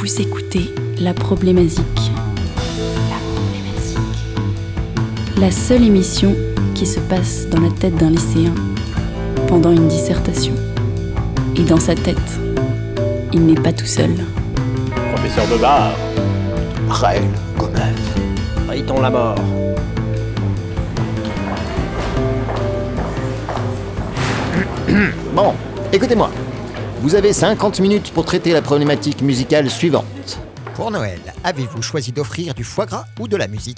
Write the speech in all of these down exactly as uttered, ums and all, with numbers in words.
Vous écoutez La Problématique. La Problématique. La seule émission qui se passe dans la tête d'un lycéen pendant une dissertation. Et dans sa tête, il n'est pas tout seul. Professeur Bebard. Raël Gomez. Riton la mort. Bon, écoutez-moi. Vous avez cinquante minutes pour traiter la problématique musicale suivante. Pour Noël, avez-vous choisi d'offrir du foie gras ou de la musique ?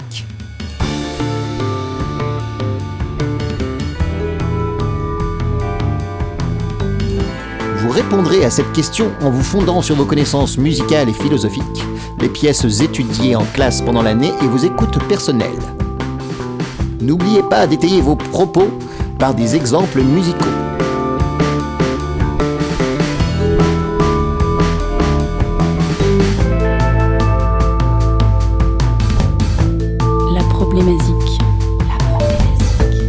Vous répondrez à cette question en vous fondant sur vos connaissances musicales et philosophiques, les pièces étudiées en classe pendant l'année et vos écoutes personnelles. N'oubliez pas d'étayer vos propos par des exemples musicaux. La problématique. La problématique.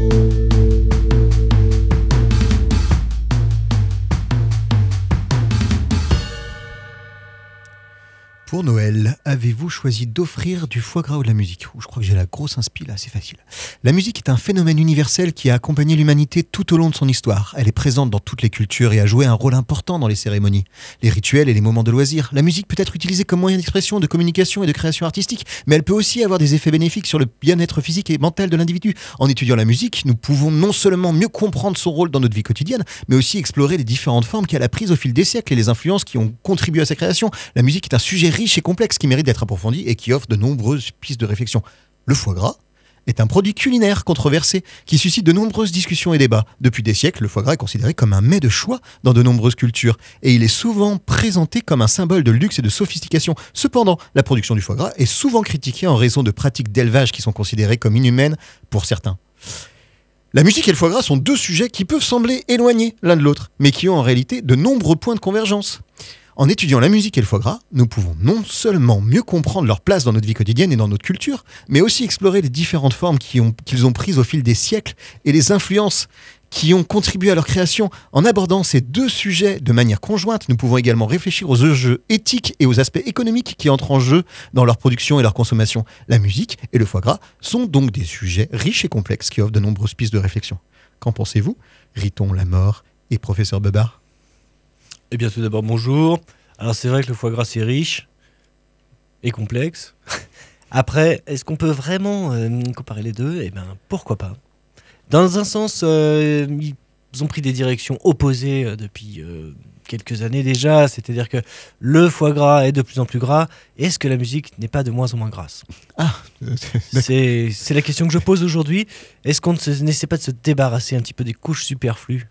Pour Noël, avez-vous choisi d'offrir du foie gras ou de la musique ? Ouh, je crois que j'ai la grosse inspi là, c'est facile. La musique est un phénomène universel qui a accompagné l'humanité tout au long de son histoire. Elle est présente dans toutes les cultures et a joué un rôle important dans les cérémonies, les rituels et les moments de loisirs. La musique peut être utilisée comme moyen d'expression, de communication et de création artistique, mais elle peut aussi avoir des effets bénéfiques sur le bien-être physique et mental de l'individu. En étudiant la musique, nous pouvons non seulement mieux comprendre son rôle dans notre vie quotidienne, mais aussi explorer les différentes formes qu'elle a prises au fil des siècles et les influences qui ont contribué à sa création. La musique est un sujet riche et complexe qui mérite d'être approfondi et qui offre de nombreuses pistes de réflexion. Le foie gras est un produit culinaire controversé qui suscite de nombreuses discussions et débats. Depuis des siècles, le foie gras est considéré comme un mets de choix dans de nombreuses cultures et il est souvent présenté comme un symbole de luxe et de sophistication. Cependant, la production du foie gras est souvent critiquée en raison de pratiques d'élevage qui sont considérées comme inhumaines pour certains. La musique et le foie gras sont deux sujets qui peuvent sembler éloignés l'un de l'autre, mais qui ont en réalité de nombreux points de convergence. En étudiant la musique et le foie gras, nous pouvons non seulement mieux comprendre leur place dans notre vie quotidienne et dans notre culture, mais aussi explorer les différentes formes qu'ils ont, qu'ils ont prises au fil des siècles et les influences qui ont contribué à leur création. En abordant ces deux sujets de manière conjointe, nous pouvons également réfléchir aux enjeux éthiques et aux aspects économiques qui entrent en jeu dans leur production et leur consommation. La musique et le foie gras sont donc des sujets riches et complexes qui offrent de nombreuses pistes de réflexion. Qu'en pensez-vous, Riton la mort et professeur Bebard ? Eh bien, tout d'abord, bonjour. Alors, c'est vrai que le foie gras, c'est riche et complexe. Après, est-ce qu'on peut vraiment euh, comparer les deux ? Eh bien, pourquoi pas ? Dans un sens, euh, ils ont pris des directions opposées euh, depuis euh, quelques années déjà. C'est-à-dire que le foie gras est de plus en plus gras. Est-ce que la musique n'est pas de moins en moins grasse ? Ah, c'est, c'est la question que je pose aujourd'hui. Est-ce qu'on ne n'essaie pas de se débarrasser un petit peu des couches superflues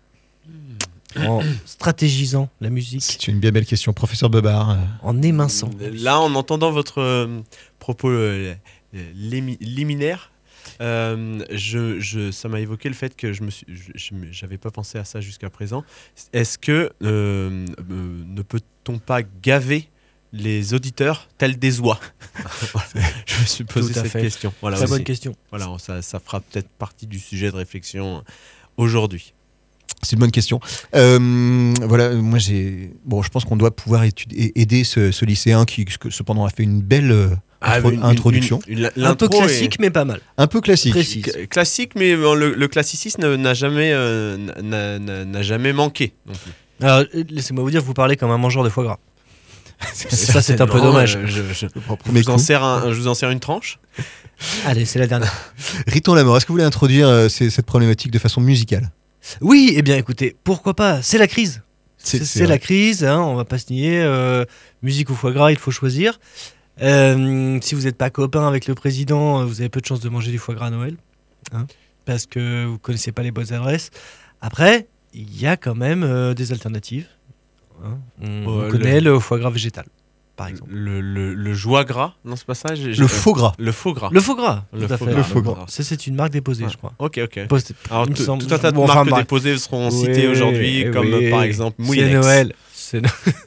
en stratégisant la musique? C'est une bien belle question, professeur Bebard. Euh... En éminçant. Là, en entendant votre euh, propos euh, lémi- liminaire, euh, je, je, ça m'a évoqué le fait que je me suis, je, je, j'avais pas pensé à ça jusqu'à présent. Est-ce que euh, euh, ne peut-on pas gaver les auditeurs tels des oies? Voilà. Je me suis posé cette fait. question. Voilà, Très aussi. bonne question. Voilà, ça, ça fera peut-être partie du sujet de réflexion aujourd'hui. C'est une bonne question. Euh, voilà, moi j'ai. Bon, je pense qu'on doit pouvoir étudier, aider ce, ce lycéen qui, cependant, a fait une belle euh, ah, intro, une, introduction. Une, une, un peu classique, est... mais pas mal. Un peu classique. Précise. Classique, mais le, le classicisme n'a jamais, euh, n'a, n'a, n'a jamais manqué non plus. Alors, laissez-moi vous dire, vous parlez comme un mangeur de foie gras. ça, ça, c'est un peu dommage. Je, je, je, je, vous en sers un, je vous en sers une tranche. Allez, c'est la dernière. Riton la mort, est-ce que vous voulez introduire euh, ces, cette problématique de façon musicale ? Oui, eh bien écoutez, pourquoi pas ? C'est la crise. C'est, c'est, c'est, c'est la crise, hein, on va pas se nier. Euh, musique ou foie gras, il faut choisir. Euh, si vous n'êtes pas copain avec le président, vous avez peu de chances de manger du foie gras à Noël, hein, parce que vous connaissez pas les bonnes adresses. Après, il y a quand même euh, des alternatives. Hein. On, oh, on connaît le... le foie gras végétal, par exemple. Le, le, le joie gras, non c'est pas ça. J'ai, le faux gras. Le faux gras. Le faux gras. Le tout à faux fait. gras. Le faux gras. Ça, c'est une marque déposée, ouais. je crois. Ok, ok. Post- Alors, t- semble... tout un tas de bon, marques enfin, déposées seront oui, citées aujourd'hui, oui, comme oui. par exemple Moulinex. C'est Noël. C'est no...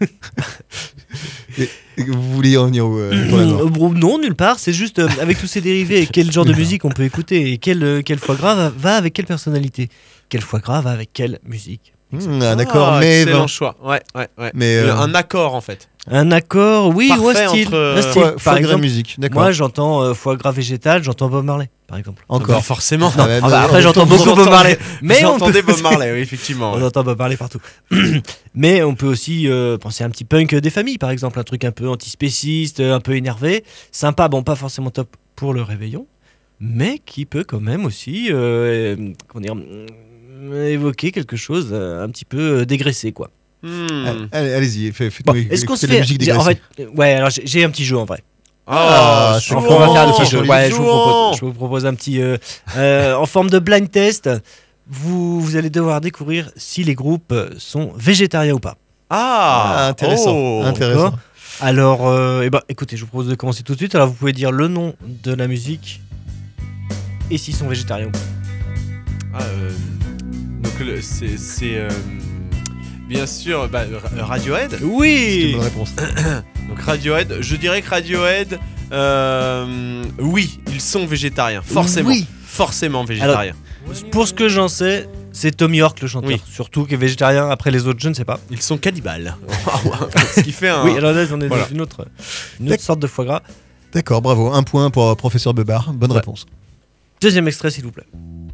et, et vous voulez en venir où euh, Non, nulle part. C'est juste euh, avec tous ces dérivés, quel genre de musique on peut écouter et quel, euh, quel foie gras va, va avec quelle personnalité, quel foie gras va avec quelle musique. Mmh, un accord, ah, mais excellent vingt. choix. Ouais, ouais, ouais. Mais euh... un accord en fait. Un accord, oui, ou un Parfait style. entre, euh, Un style. Foie, Par foie gras exemple, musique, d'accord. moi j'entends euh, foie gras végétal, j'entends Bob Marley, par exemple. Encore. Bah, forcément. Ah ouais, Ah bah, mais après on j'entends entend- beaucoup vous Bob Marley. entendez- Mais Vous on peut... entendez Bob Marley, oui, effectivement. On ouais. entend Bob Marley partout. Mais on peut aussi euh, penser à un petit punk des familles, par exemple, un truc un peu antispéciste, un peu énervé, sympa, bon pas forcément top pour le réveillon, mais qui peut quand même aussi euh, comment dire, euh, évoquer quelque chose euh, un petit peu euh, dégraissé, quoi. Hmm. Allez, allez-y, fais, fais, Bon, fais- est-ce qu'on se fais de la fait musique j'ai- en dégraissée. fait, euh, ouais, alors j'ai, j'ai un petit jeu en vrai. Ah, Ah, jouons, c'est Enfin, on va faire un petit jouons, jeu. Ouais, je vous jouons. propose, je vous propose un petit euh, euh, en forme de blind test. Vous, vous allez devoir découvrir si les groupes sont végétariens ou pas. Ah, Ah, intéressant. oh. intéressant. D'accord. Alors, euh, eh ben, écoutez, je vous propose de commencer tout de suite. Alors, vous pouvez dire le nom de la musique et s'ils sont végétariens ou pas. Ah, euh, donc le- c'est, c'est euh, bien sûr bah, Ra- Radiohead. C'est une Oui. bonne réponse. Donc Radiohead, je dirais que Radiohead, euh, oui, ils sont végétariens, forcément, Oui. forcément végétariens. Pour ce que j'en sais, c'est Tom York le chanteur. Oui. Surtout qui est végétarien. Après les autres, je ne sais pas. Ils sont cannibales. Ce qui fait un. Oui, alors là, on est Voilà. dans une autre, une autre sorte de foie gras. D'accord, bravo. Un point pour euh, professeur Bebar. Bonne Ouais. réponse. Deuxième extrait, s'il vous plaît.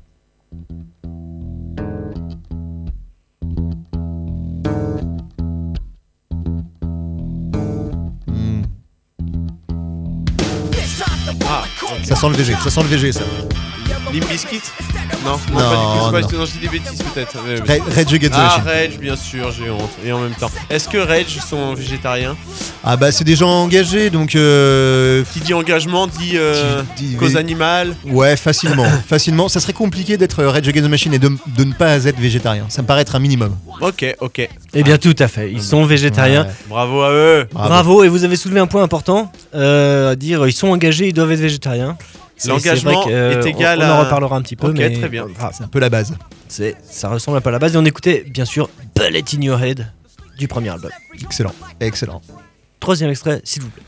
Hmm. Ah, Ça sent le V G, ça sent le V G ça. Limp Bizkit Non, non, Non, pas du tout. C'est pas non. du tout. Non, je dis des bêtises peut-être. mais- mais- Ra- Rage Against the Ah, Machine. Rage, bien sûr, j'ai honte. Et en même temps, est-ce que Rage sont végétariens? Ah bah c'est des gens engagés donc euh, Qui dit engagement dit euh, Qui dit- cause animale. ouais facilement, facilement. Ça serait compliqué d'être Rage Against the Machine et de, de ne pas être végétarien. Ça me paraît être un minimum. Ok, ok. Eh bien, tout à fait. Ils sont végétariens. Ouais. Bravo à eux. Bravo. Et vous avez soulevé un point important, euh, à dire ils sont engagés, ils doivent être végétariens. C'est- L'engagement c'est vrai que, euh, est égal on, on en à- reparlera un petit peu. Ok, mais très bien. voilà, C'est un peu la base. c'est, ça ressemble un peu à la base. Et on écoutait bien sûr Bullet in Your Head du premier album. Excellent, excellent. Troisième extrait, s'il vous plaît.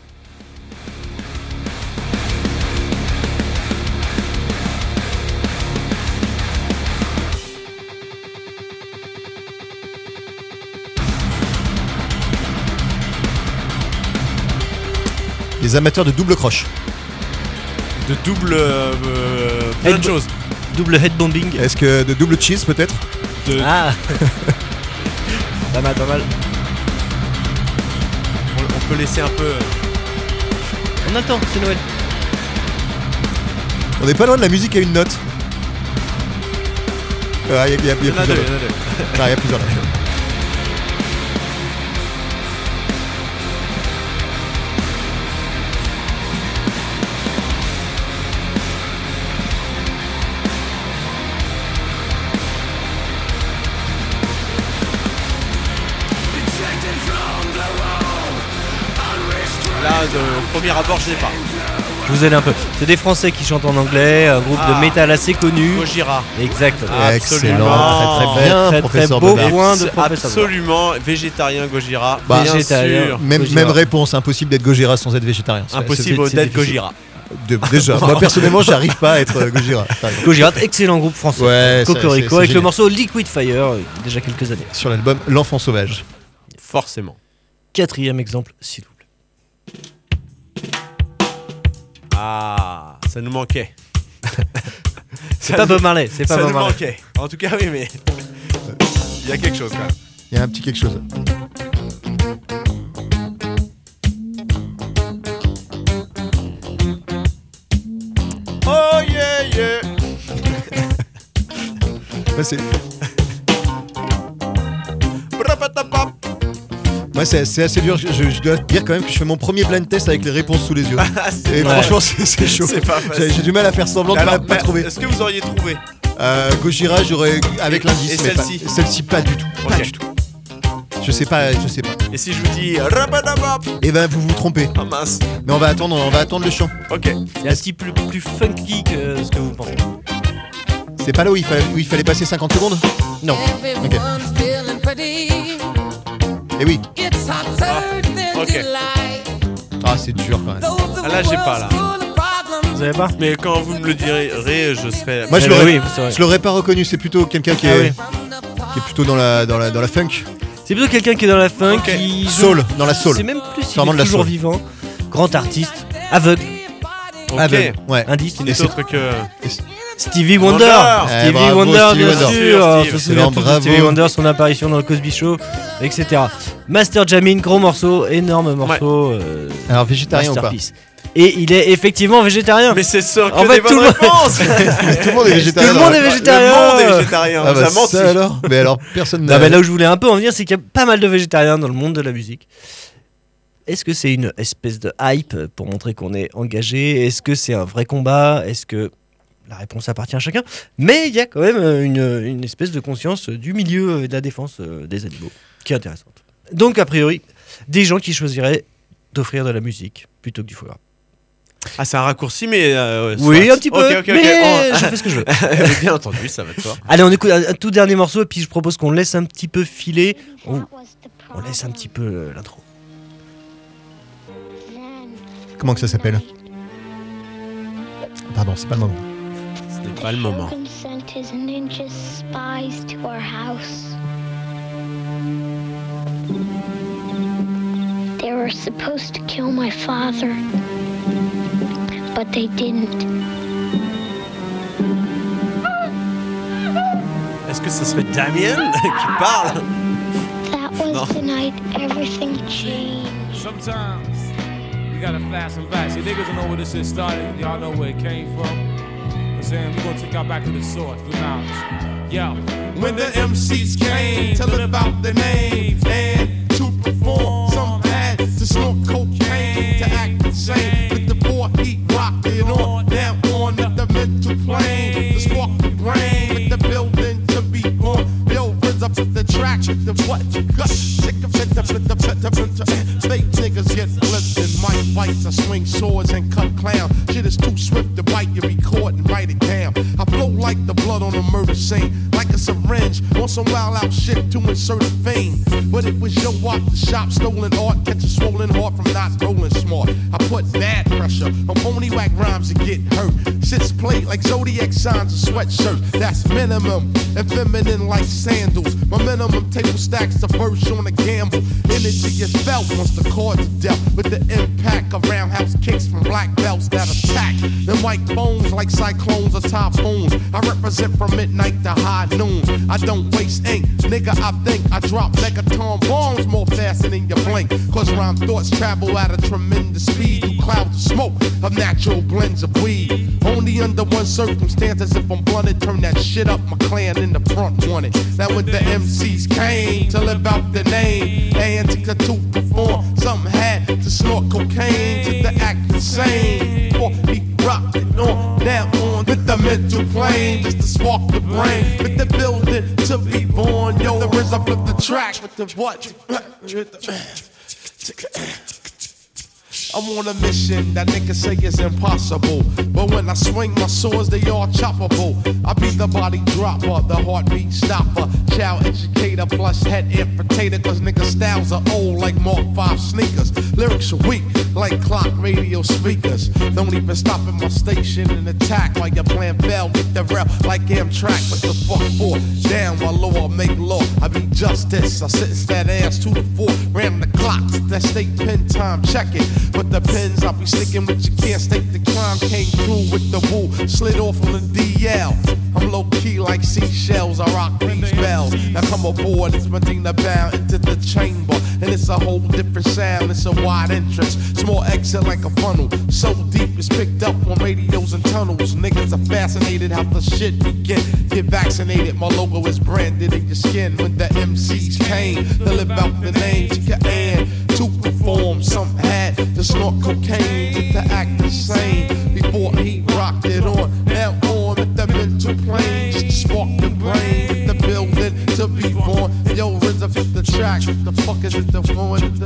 Les amateurs de double croche. De double. Euh, euh, plein de Head- choses. Double head bombing. Est-ce que de double cheese peut-être? De- Ah. Pas mal, pas mal. on, on peut laisser un peu. euh, On attend, c'est Noël. On n'est pas loin de la musique à une note. Ah, il y a, il y a- il y a Il y en a plusieurs deux, notes. il y en a deux. Ah, il y a plusieurs notes. Là, de, au premier abord, je l'ai pas. Je vous aide un peu. C'est des Français qui chantent en anglais, un groupe Ah. de métal assez connu. Gojira. Exactement. Ah, Excellent, absolument. très très bien, Très, très professeur beau Bebar. point de professeur. Absolument, végétarien Gojira. Bah, bien végétarien. sûr. Même, Gojira. même réponse, impossible d'être Gojira sans être végétarien. C'est- Impossible c'est- c'est d'être difficile. Gojira. c'est- de- déjà, moi personnellement, j'arrive pas à être euh, Gojira. par exemple. Gojira, excellent groupe français. Ouais, c'est- Cocorico c'est- c'est avec le génial. morceau Liquid Fire, euh, déjà quelques années. Sur l'album L'Enfant Sauvage. Forcément. Quatrième exemple, s'il vous plaît. Ah, ça nous manquait. C'est pas Bob Marley, c'est pas Ça Bob nous Marley. manquait. En tout cas, oui, mais. Il y a quelque chose quand même. Il y a un petit quelque chose. Oh yeah, yeah. Moi, c'est, Brapatapap. moi, c'est, c'est assez dur. Je, je- je dois dire quand même que je fais mon premier blind test avec les réponses sous les yeux. Ah, c'est- Et Ouais. franchement, c'est, c'est chaud. C'est pas J'ai, facile. j'ai du mal à faire semblant de Alors, pas, pas mais trouver. Est-ce que vous auriez trouvé? Euh, Gojira, j'aurais avec Et- l'indice. et mais pas- celle-ci Celle-ci, pas du tout. Pas Ok. du tout. Je sais pas, je sais pas. Et si je vous dis Rapadabap? Eh ben, vous vous trompez. Ah mince. Mais on va attendre, on va attendre le chant. Ok. C'est un petit peu plus funky que ce que vous pensez. C'est pas là où il fallait, où il fallait passer cinquante secondes? Non. Ok. Eh oui. Ok. Ah, c'est dur quand même. Ah là, j'ai pas là. Vous savez pas Mais quand vous me le direz, je serai. Moi, je Eh l'aurais, ben oui, c'est vrai. je l'aurais pas reconnu. C'est plutôt quelqu'un qui Ah est, oui. qui est plutôt dans la, dans la, dans la funk. C'est plutôt quelqu'un qui est dans la funk, Ok. qui Soul, dans la soul. C'est même plus s'il Vraiment est de la toujours soul. vivant. Grand artiste, aveugle, Ok. Aveugle, ouais. indice. Qui n'est autre que. Stevie Wonder. Wonder. Stevie Eh, bravo, Wonder, Stevie bien Wonder. sûr. On Steve. se souvient tous de Bravo. Stevie Wonder, son apparition dans le Cosby Show, et cetera. Master Jamin, gros morceau, énorme morceau. euh, Alors, végétarien ou pas? masterpiece. Et il est effectivement végétarien. Mais c'est sûr que En des fait, bonnes tout le monde- réponses. Tout le monde est végétarien. Tout le monde est dans la- végétarien. Le monde est végétarien. Ah vous bah a menti. ça alors. Mais alors, personne Non, mais là où je voulais un peu en venir, c'est qu'il y a pas mal de végétariens dans le monde de la musique. Est-ce que c'est une espèce de hype pour montrer qu'on est engagé? Est-ce que c'est un vrai combat? Est-ce que la réponse appartient à chacun? Mais il y a quand même une, une espèce de conscience du milieu de la défense des animaux qui est intéressante. Donc, a priori, des gens qui choisiraient d'offrir de la musique plutôt que du foie gras. Ah, c'est un raccourci, mais. euh, Oui, soit. un petit peu, Ok, ok, ok. mais Oh, je fais ce que je veux. Bien entendu, ça va de soi. Allez, on écoute un, un tout dernier morceau et puis je propose qu'on laisse un petit peu filer. On, on laisse un petit peu euh, l'intro. Comment que ça s'appelle? Pardon, c'est pas le moment. Ce n'est pas le moment. Shogun sent his ninja spies to our house. They were supposed to kill my father, but they didn't. Est-ce que ce serait Damien qui parle? That was No. the night everything changed. Sometimes you gotta flash them back. See, niggas don't know where this shit started. Y'all know where it came from. I'm saying we're gonna take y'all back to the source, the knowledge. Yo, when the M Cs came to live out their names and to perform, some had to snort cocaine to act insane. With the four heat rock it on down on the mental plane, the spark the brain with the building to be born. Yo, rinse up the track with the what you got. Sick of it, the the the the state niggas get flipped in my fights. I swing swords and cut clown. Shit is too swift to bite. You record and write it down. I flow like the blood on a murder scene, like a syringe on some wild out shit to insert a fame. But it was your walk the shop, stolen art, catch a swollen heart from not rolling smart. I put bad pressure on phony whack rhymes and get hurt. Sits plate like zodiac signs and sweatshirts. That's minimum and feminine like sandals. My minimum table stacks the verse on a gamble. Energy is felt once the cards are dealt with the impact of roundhouse kicks from black belts that attack. The white bones like cyclones or typhoons. I represent from midnight to high noon. I don't waste ink, nigga. I think I drop megaton bombs more faster than you blink. Cause rhyme thoughts travel at a tremendous speed through clouds of smoke of natural blends of weed. Only under one circumstance, as if I'm blunted, turn that shit up. My clan in the front wanted. Now when the M Cs came to live out the name and to to perform, some had to snort cocaine to the act insane. For he rocked it on down on with the mental plane, just to spark the brain with the building to be born. Yo, the RZA flip the track with the what? I'm on a mission that niggas say is impossible. But when I swing my swords, they all choppable. I be the body dropper, the heartbeat stopper, child educator plus head infiltrator. Cause niggas styles are old like Mark five sneakers. Lyrics are weak like clock radio speakers. Don't even stop at my station and attack while your plan fail. Get the rail like Amtrak. What the fuck for? Damn, my law make law. I be justice. I sentence that ass to the four. Ram the clocks. That state pen time. Check it. But the pins I'll be sticking with, you can't state the crime. Came through with the woo, slid off on the D L. I'm low key like seashells, I rock these bells. Now come aboard, it's Medina bound into the chamber. And it's a whole different sound, it's a wide entrance. Small exit like a funnel, so deep it's picked up on radios and tunnels. Niggas are fascinated how the shit begin. Get vaccinated, my logo is branded in your skin. When the M Cs came to live out the name, to your and to perform. Some had to snort cocaine to act the same. Before he rocked it on, now on with the mental plane, just to spark the brain with the building to be born. Yo, RZA fit the track. What the fuck is it? The one the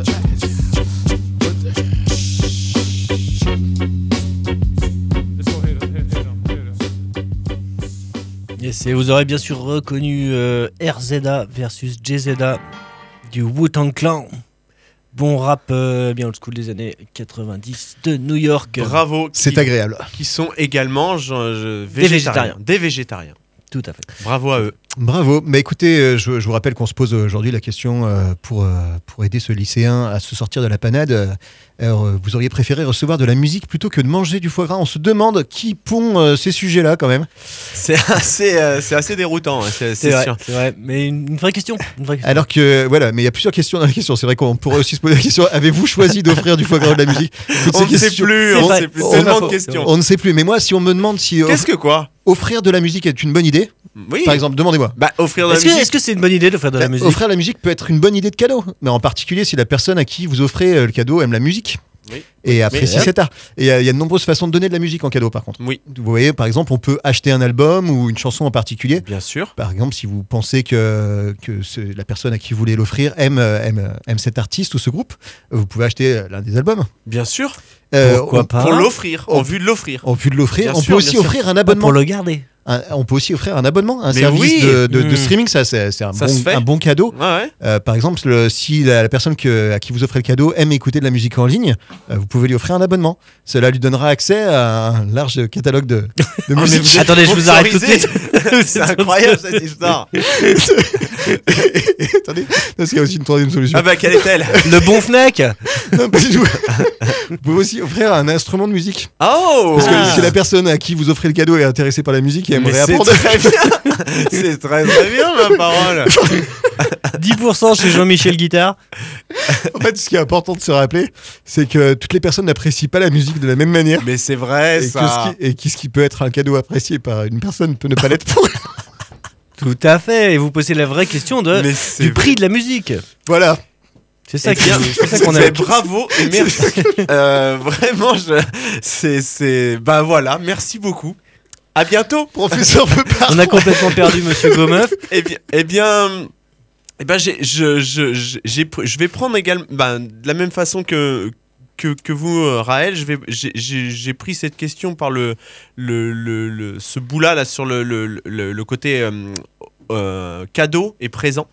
Let's go hit him, hit, hit him, hit him. Yes, et vous aurez bien sûr reconnu euh, R Z A versus J Z A du Wu-Tang Clan. Bon rap euh, bien old school des années quatre-vingt-dix de New York. Bravo. C'est qui, agréable. Qui sont également je, je, Des végétariens. Des végétariens. Tout à fait. Bravo à eux. Bravo. Mais écoutez, euh, je, je vous rappelle qu'on se pose aujourd'hui la question euh, pour, euh, pour aider ce lycéen à se sortir de la panade. Euh, alors, euh, vous auriez préféré recevoir de la musique plutôt que de manger du foie gras? On se demande qui pond euh, ces sujets-là quand même. C'est assez, euh, c'est assez déroutant, hein, c'est, c'est C'est vrai, sûr. c'est vrai. Mais une, une vraie question. Une vraie question. Alors que, voilà, mais il y a plusieurs questions dans la question. C'est vrai qu'on pourrait aussi se poser la question, avez-vous choisi d'offrir du foie gras ou de la musique? Toutes On ces ne sait questions- plus, C'est on vrai. sait plus. On- Tellement on- de questions. On ne sait plus. Mais moi, si on me demande si off- Qu'est-ce que quoi offrir de la musique est une bonne idée, Oui. par exemple, demandez-moi. Bah, offrir de la Est-ce que, musique. est-ce que c'est une bonne idée de faire de la Bah, musique? Offrir la musique peut être une bonne idée de cadeau, mais en particulier si la personne à qui vous offrez euh, le cadeau aime la musique. Oui. Et apprécie Oui. cet art. Et il y, a- il y a de nombreuses façons de donner de la musique en cadeau par contre. Oui. Vous voyez, par exemple, on peut acheter un album ou une chanson en particulier. Bien sûr. Par exemple, si vous pensez que, que ce- la personne à qui vous voulez l'offrir aime, euh, aime, euh, aime cet artiste ou ce groupe, euh, vous pouvez acheter euh, l'un des albums. Bien sûr. Euh, Pourquoi on- pas? Pour l'offrir, On- en vue de l'offrir. On peut l'offrir. Bien On sûr, peut aussi bien sûr. offrir un Pas abonnement. pour le garder. Un- on peut aussi offrir un abonnement, un Mais service oui. de, de- de Mmh. streaming. Ça, c'est c'est un, Ça bon, se fait. un bon cadeau. Ouais, ouais. Euh, par exemple, le- si la, la personne que- à qui vous offrez le cadeau aime écouter de la musique en ligne, euh, vous pouvez lui offrir un abonnement. Cela lui donnera accès à un large catalogue de, de Ah, mais musique. vous êtes Attendez, je vous arrête tout de sponsorisé. suite. C'est incroyable cette histoire. Attendez, parce qu'il y a aussi une troisième solution. Ah bah quelle est-elle? Le bon Fnac. Non, pas du tout. Vous pouvez aussi offrir un instrument de musique. Oh. Parce que Ah. si la personne à qui vous offrez le cadeau est intéressée par la musique et Mais aimerait c'est apprendre. très bien. C'est très très bien ma parole. dix pour cent chez Jean-Michel Guitare. En fait, ce qui est important de se rappeler, c'est que toutes les personnes n'apprécient pas la musique de la même manière. Mais c'est vrai Et que, ça. ce qui, et que ce qui peut être un cadeau apprécié par une personne peut ne pas l'être pour. Tout à fait. Et vous posez la vraie question de, Mais c'est du vrai. prix de la musique. Voilà. C'est ça, Eh qui- bien, c'est ça qu'on mais a. bravo et merci. Euh, vraiment, je, c'est, c'est, bah voilà, merci beaucoup. À bientôt. Professeur Pepard. On a complètement perdu Monsieur Gomeuf. Eh bien, eh bien, eh ben, j'ai, je, je, je- j'ai, pr- je vais prendre également, ben, de la même façon que que, que vous, euh, Raël, je vais, j'ai, j'ai, j'ai pris cette question par le, le, le, le- ce bout-là là sur le, le, le, le côté euh, euh, cadeau et présent.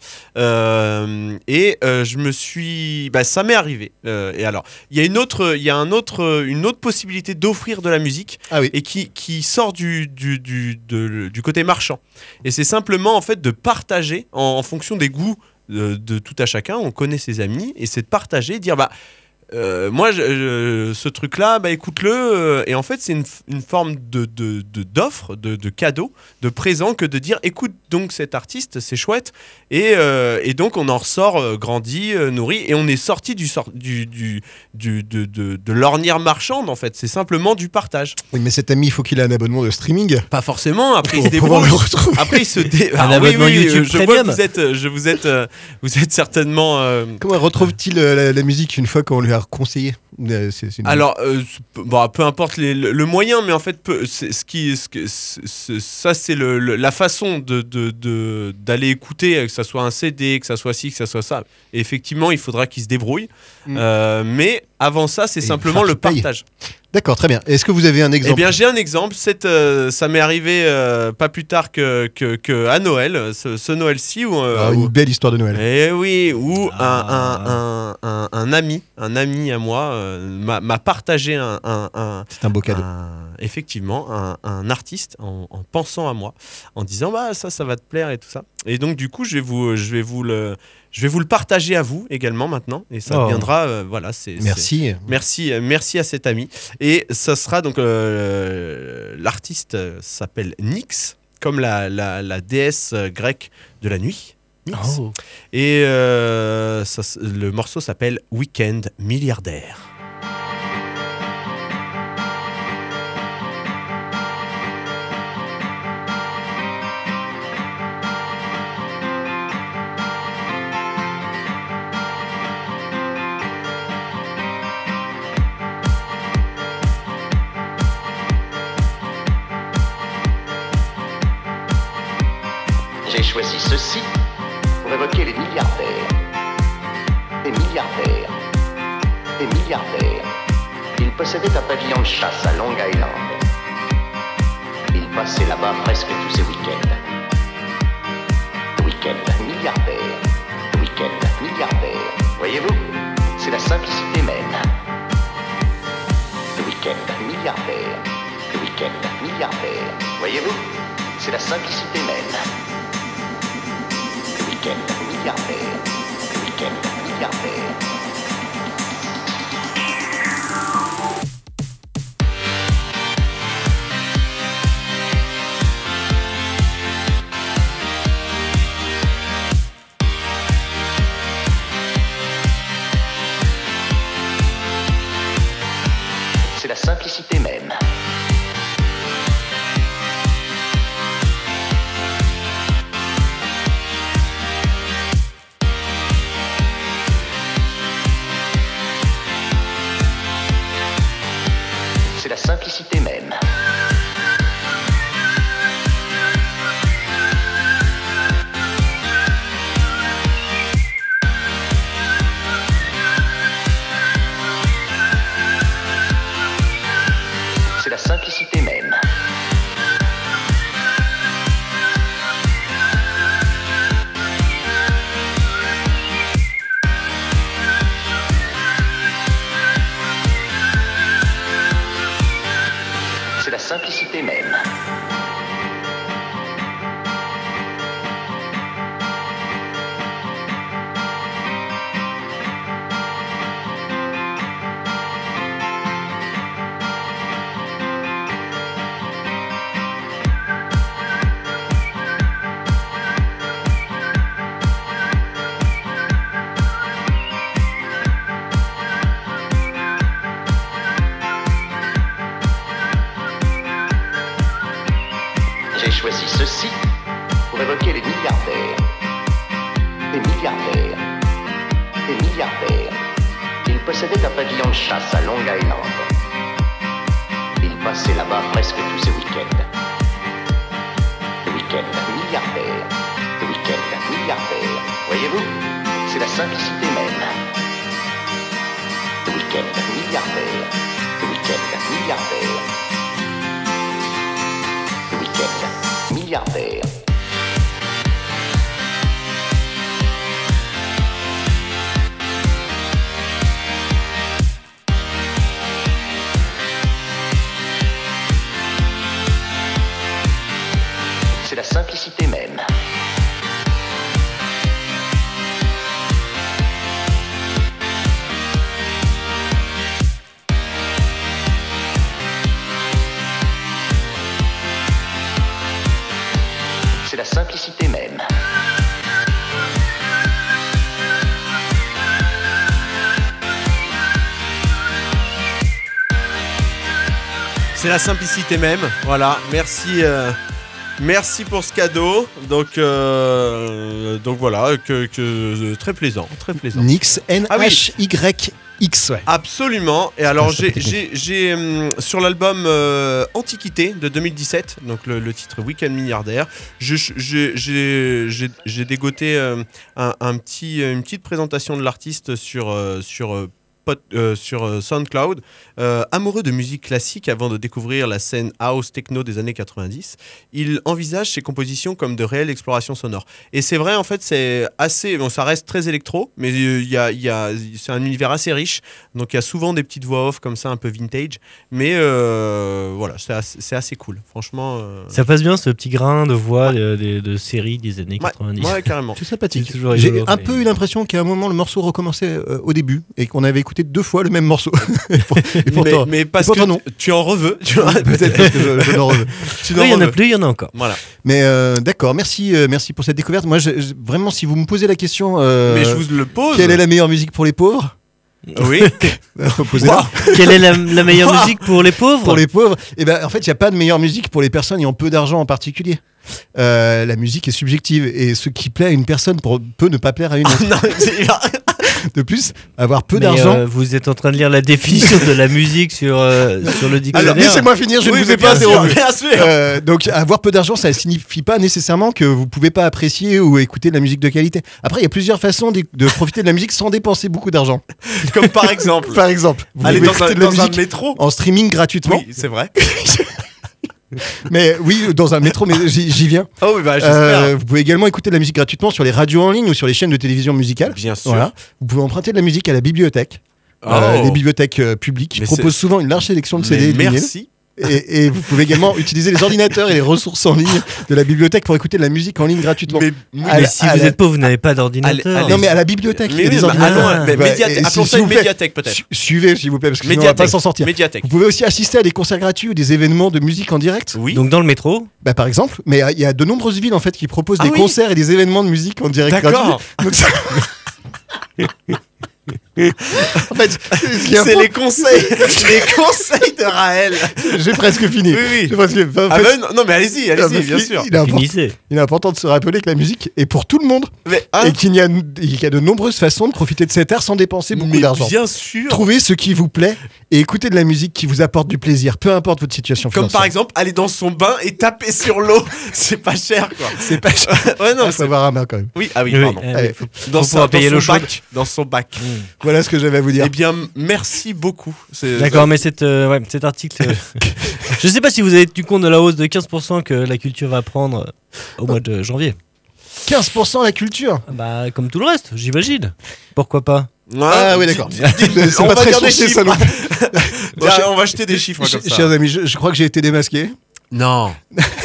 Euh, et euh, je me suis, bah, ça m'est arrivé. Euh, et alors, il y a une autre, il y a un autre, une autre possibilité d'offrir de la musique Ah oui. et qui, qui sort du, du, du, de- du côté marchand. Et c'est simplement en fait de partager en, en fonction des goûts de, de tout à chacun. On connaît ses amis et c'est de partager, dire bah euh, moi je- je- ce truc là bah écoute-le euh, et en fait c'est une, f- une forme de, de, de- d'offre, de, de cadeau, de présent que de dire écoute donc cet artiste c'est chouette et, euh, et donc on en ressort euh, grandi, euh, nourri et on est sorti du, sort, du, du, du de, de, de l'ornière marchande en fait. C'est simplement du partage. Oui, mais cet ami, il faut qu'il ait un abonnement de streaming. Pas forcément. Après, il se Pour pouvoir débrouille. le retrouver. Après, il se dé... Un Alors, oui, abonnement oui, YouTube euh, je vois Premium. que vous êtes, euh, je vous êtes, euh, vous êtes certainement. euh, Comment retrouve-t-il euh, la, la musique une fois qu'on lui a conseillé? Euh, c'est- c'est une- Alors, euh, c'est- bon, peu importe les- le, le moyen, mais en fait, peu- c'est, ce qui, ce que- c'est- c'est- ça, c'est le, le- la façon de, de, de- d'aller écouter, que ça soit un C D, que ça soit ci, que ça soit ça. Et effectivement, il faudra qu'il se débrouille. Mm. Euh, mais avant ça, c'est Et simplement il le faudra qu'il paye. partage. D'accord, très bien. Est-ce que vous avez un Eh exemple? bien, j'ai un exemple. C'est, euh, ça m'est arrivé euh, pas plus tard que, que, que à Noël, ce, ce Noël-ci où, euh, Ah, où- une belle histoire de Noël. Eh oui, où Ah. un, un, un, un, un ami, un ami à moi euh, m'a, m'a partagé un, un, un- C'est un beau cadeau. un- effectivement un, un artiste en, en pensant à moi, en disant bah ça, ça va te plaire et tout ça. Et donc du coup, je vais vous, je vais vous le, je vais vous le partager à vous également maintenant, et ça Oh. viendra, euh, voilà, c'est. c'est- Merci. Merci, euh, merci à cet ami. Et ça sera donc euh, l'artiste euh, s'appelle Nyx, comme la, la, la déesse euh, grecque de la nuit. Nyx. Oh. Et euh, ça s- le morceau s'appelle Weekend Milliardaire. J'ai choisi ceci pour évoquer les milliardaires. Des milliardaires. Des milliardaires. Ils possédaient un pavillon de chasse à Long Island. Ils passaient là-bas presque tous ces week-ends. Week-end milliardaire. Week-end milliardaire. Voyez-vous, c'est la simplicité même. Le week-end milliardaire. Le week-end milliardaire. Voyez-vous, c'est la simplicité même. week-end milliardaire. Le week-end milliardaire. C'est la simplicité même. C'est la simplicité même. C'est la simplicité même. C'est la simplicité même. J'ai choisi ceci pour évoquer les milliardaires. Des milliardaires. Des milliardaires. Ils possédaient un pavillon de chasse à Long Island. Ils passaient là-bas presque tous ces week-ends. Le week-end milliardaire. Le week-end milliardaire. Voyez-vous, c'est la simplicité même. Le week-end milliardaire. Le week-end milliardaire. Le week-end milliardaire. C'est la simplicité même. C'est la simplicité même. C'est la simplicité même. Voilà, merci. Euh... Merci pour ce cadeau. Donc, euh, donc voilà, que, que très plaisant, très plaisant. Nix, N Ah oui. H Y X, ouais. Absolument. Et alors, Ça, j'ai, c'est j'ai, j'ai hum, sur l'album euh, Antiquité de deux mille dix-sept, donc le, le titre Week-end milliardaire, je- je- j'ai, j'ai, j'ai dégoté euh, un, un petit, une petite présentation de l'artiste sur, euh, sur euh, Pod- euh, sur euh, SoundCloud. Euh, amoureux de musique classique avant de découvrir la scène house techno des années quatre-vingt-dix, il envisage ses compositions comme de réelles explorations sonores. Et c'est vrai, en fait, c'est assez. Bon, ça reste très électro, mais il y a, il y a, c'est un univers assez riche. Donc il y a souvent des petites voix off comme ça, un peu vintage. Mais euh, voilà, c'est assez, c'est assez cool. Franchement. euh, Ça passe bien ce petit grain de voix de, de, de série des années Ouais, quatre-vingt-dix. ouais, carrément. C'est sympathique. C'est toujours J'ai rigolo, un mais- peu eu l'impression qu'à un moment le morceau recommençait euh, au début et qu'on avait écouté deux fois le même morceau. et, pour- et pourtant, mais, mais parce et pourtant, que non. tu en reveux. Tu vois, Peut-être parce que je, je n'en reveux. tu Oui, n'en il y en a reveux. plus, il y en a encore. Voilà. Mais euh, d'accord, merci, euh, merci pour cette découverte. Moi, je, je- vraiment, si vous me posez la question, euh, Mais je vous le pose. quelle est la meilleure musique pour les pauvres Oui. Posez-la. Quelle est la, la meilleure musique pour les pauvres Pour les pauvres, eh ben, en fait, il n'y a pas de meilleure musique pour les personnes ayant peu d'argent en particulier. Euh, la musique est subjective et ce qui plaît à une personne pour, peut ne pas plaire à une autre. Non, c'est- De plus, avoir peu Mais, d'argent. euh, vous êtes en train de lire la définition de la musique sur, euh, sur le dictionnaire. Alors, laissez-moi finir, je Oui, ne vous mais ai pas bien sûr, interrompu. bien sûr. Euh, donc, avoir peu d'argent, ça ne signifie pas nécessairement que vous ne pouvez pas apprécier ou écouter de la musique de qualité. Après, il y a plusieurs façons de, de profiter de la musique sans dépenser beaucoup d'argent. Comme par exemple. Par exemple, vous Aller pouvez dans, un, écouter de la dans un musique métro. en streaming gratuitement. Oui, c'est vrai. Mais oui, dans un métro, mais j'y, j'y viens. Oh, oui, bah, j'espère. Euh, vous pouvez également écouter de la musique gratuitement sur les radios en ligne ou sur les chaînes de télévision musicale. Bien sûr. Voilà. Vous pouvez emprunter de la musique à la bibliothèque. Oh. Euh, les bibliothèques euh, publiques Mais proposent c'est- souvent une large sélection de C D Mais et de vinyles. merci. Et, et vous pouvez également utiliser les ordinateurs et les ressources en ligne de la bibliothèque pour écouter de la musique en ligne gratuitement. Mais, À Mais la- si à vous la- êtes pauvre, vous n'avez pas d'ordinateur. Allez, Non, mais à la bibliothèque, il y Mais a oui, des bah, ordinateurs. ah non, mais Ouais, médiathèque- et appelons si- ça s'il une vous plaît, médiathèque, peut-être. su- Suivez, s'il vous plaît, parce que sinon on va pas Médiathèque. s'en sortir. Médiathèque. Vous pouvez aussi assister à des concerts gratuits ou des événements de musique en direct. Oui. Donc dans le métro. Bah, par exemple, mais euh, il y a de nombreuses villes en fait qui proposent Ah des oui. concerts et des événements de musique en direct D'accord. gratuits. Donc, ça- en fait, ce qui est C'est important- les conseils, les conseils de Raël. j'ai presque fini. Oui, oui. J'ai presque- en Ah fait, ben, non, non, mais allez-y, non, allez-y, mais bien il- sûr. Il est, important, Finissez. il est important de se rappeler que la musique est pour tout le monde Mais, hein, et qu'il y, a, qu'il y a de nombreuses façons de profiter de cet art sans dépenser beaucoup mais d'argent. bien sûr. Trouvez ce qui vous plaît et écoutez de la musique qui vous apporte du plaisir, peu importe votre situation Comme financière. par exemple, aller dans son bain et taper sur l'eau. C'est pas cher, quoi. c'est pas cher. Ouais, non, Il faut c'est- avoir un main quand même. Oui, ah oui, Oui, pardon. euh, Allez, faut- Dans, faut sa- pouvoir dans payer son l'eau chaude. bac. Dans son bac. Voilà ce que j'avais à vous dire. Eh bien, merci beaucoup. C'est- D'accord, mais cette, euh, ouais, cet article. euh, je sais pas si vous avez tenu compte de la hausse de quinze pour cent que la culture va prendre euh, au mois de janvier. quinze pour cent la culture. Bah, comme tout le reste, j'imagine. Pourquoi pas? Ouais, Ah oui, dis- d'accord. dis- dis- C'est on pas va très dire des sourcé, chiffres. ça non Bon, Cher- on va jeter des chiffres comme Ch- ça. Chers amis, je, je crois que j'ai été démasqué. Non.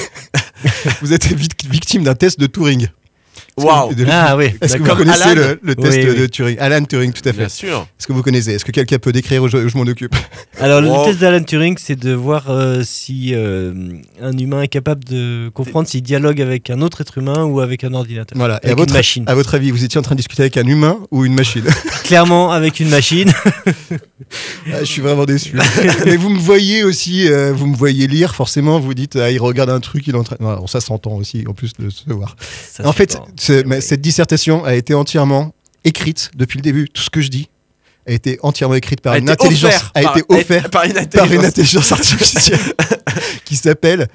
Vous êtes vic- victime d'un test de Turing. Waouh. De- Ah oui. Est-ce que vous d'accord. Comme connaissez Alan le, le test Oui, de oui. Turing? Alan Turing, tout à fait. Bien sûr. Est-ce que vous connaissez? Est-ce que quelqu'un peut décrire où je, où je m'en occupe? Alors, Wow. le test d'Alan Turing, c'est de voir euh, si euh, un humain est capable de comprendre s'il dialogue avec un autre être humain ou avec un ordinateur. Voilà. Et à Avec votre, une machine. à votre avis, vous étiez en train de discuter avec un humain ou une machine? Clairement, avec une machine. Ah, je suis vraiment déçu. Mais vous me voyez aussi, euh, vous me voyez lire, forcément, vous dites, ah, il regarde un truc, il est en train. Non, alors, ça s'entend aussi, en plus de se voir. Ça, En c'est fait, pas- ce- ma- cette dissertation a été entièrement écrite depuis le début. Tout ce que je dis a été entièrement écrite par A une été intelligence, offert a par- été offert par une par intelligence. une intelligence artificielle qui s'appelle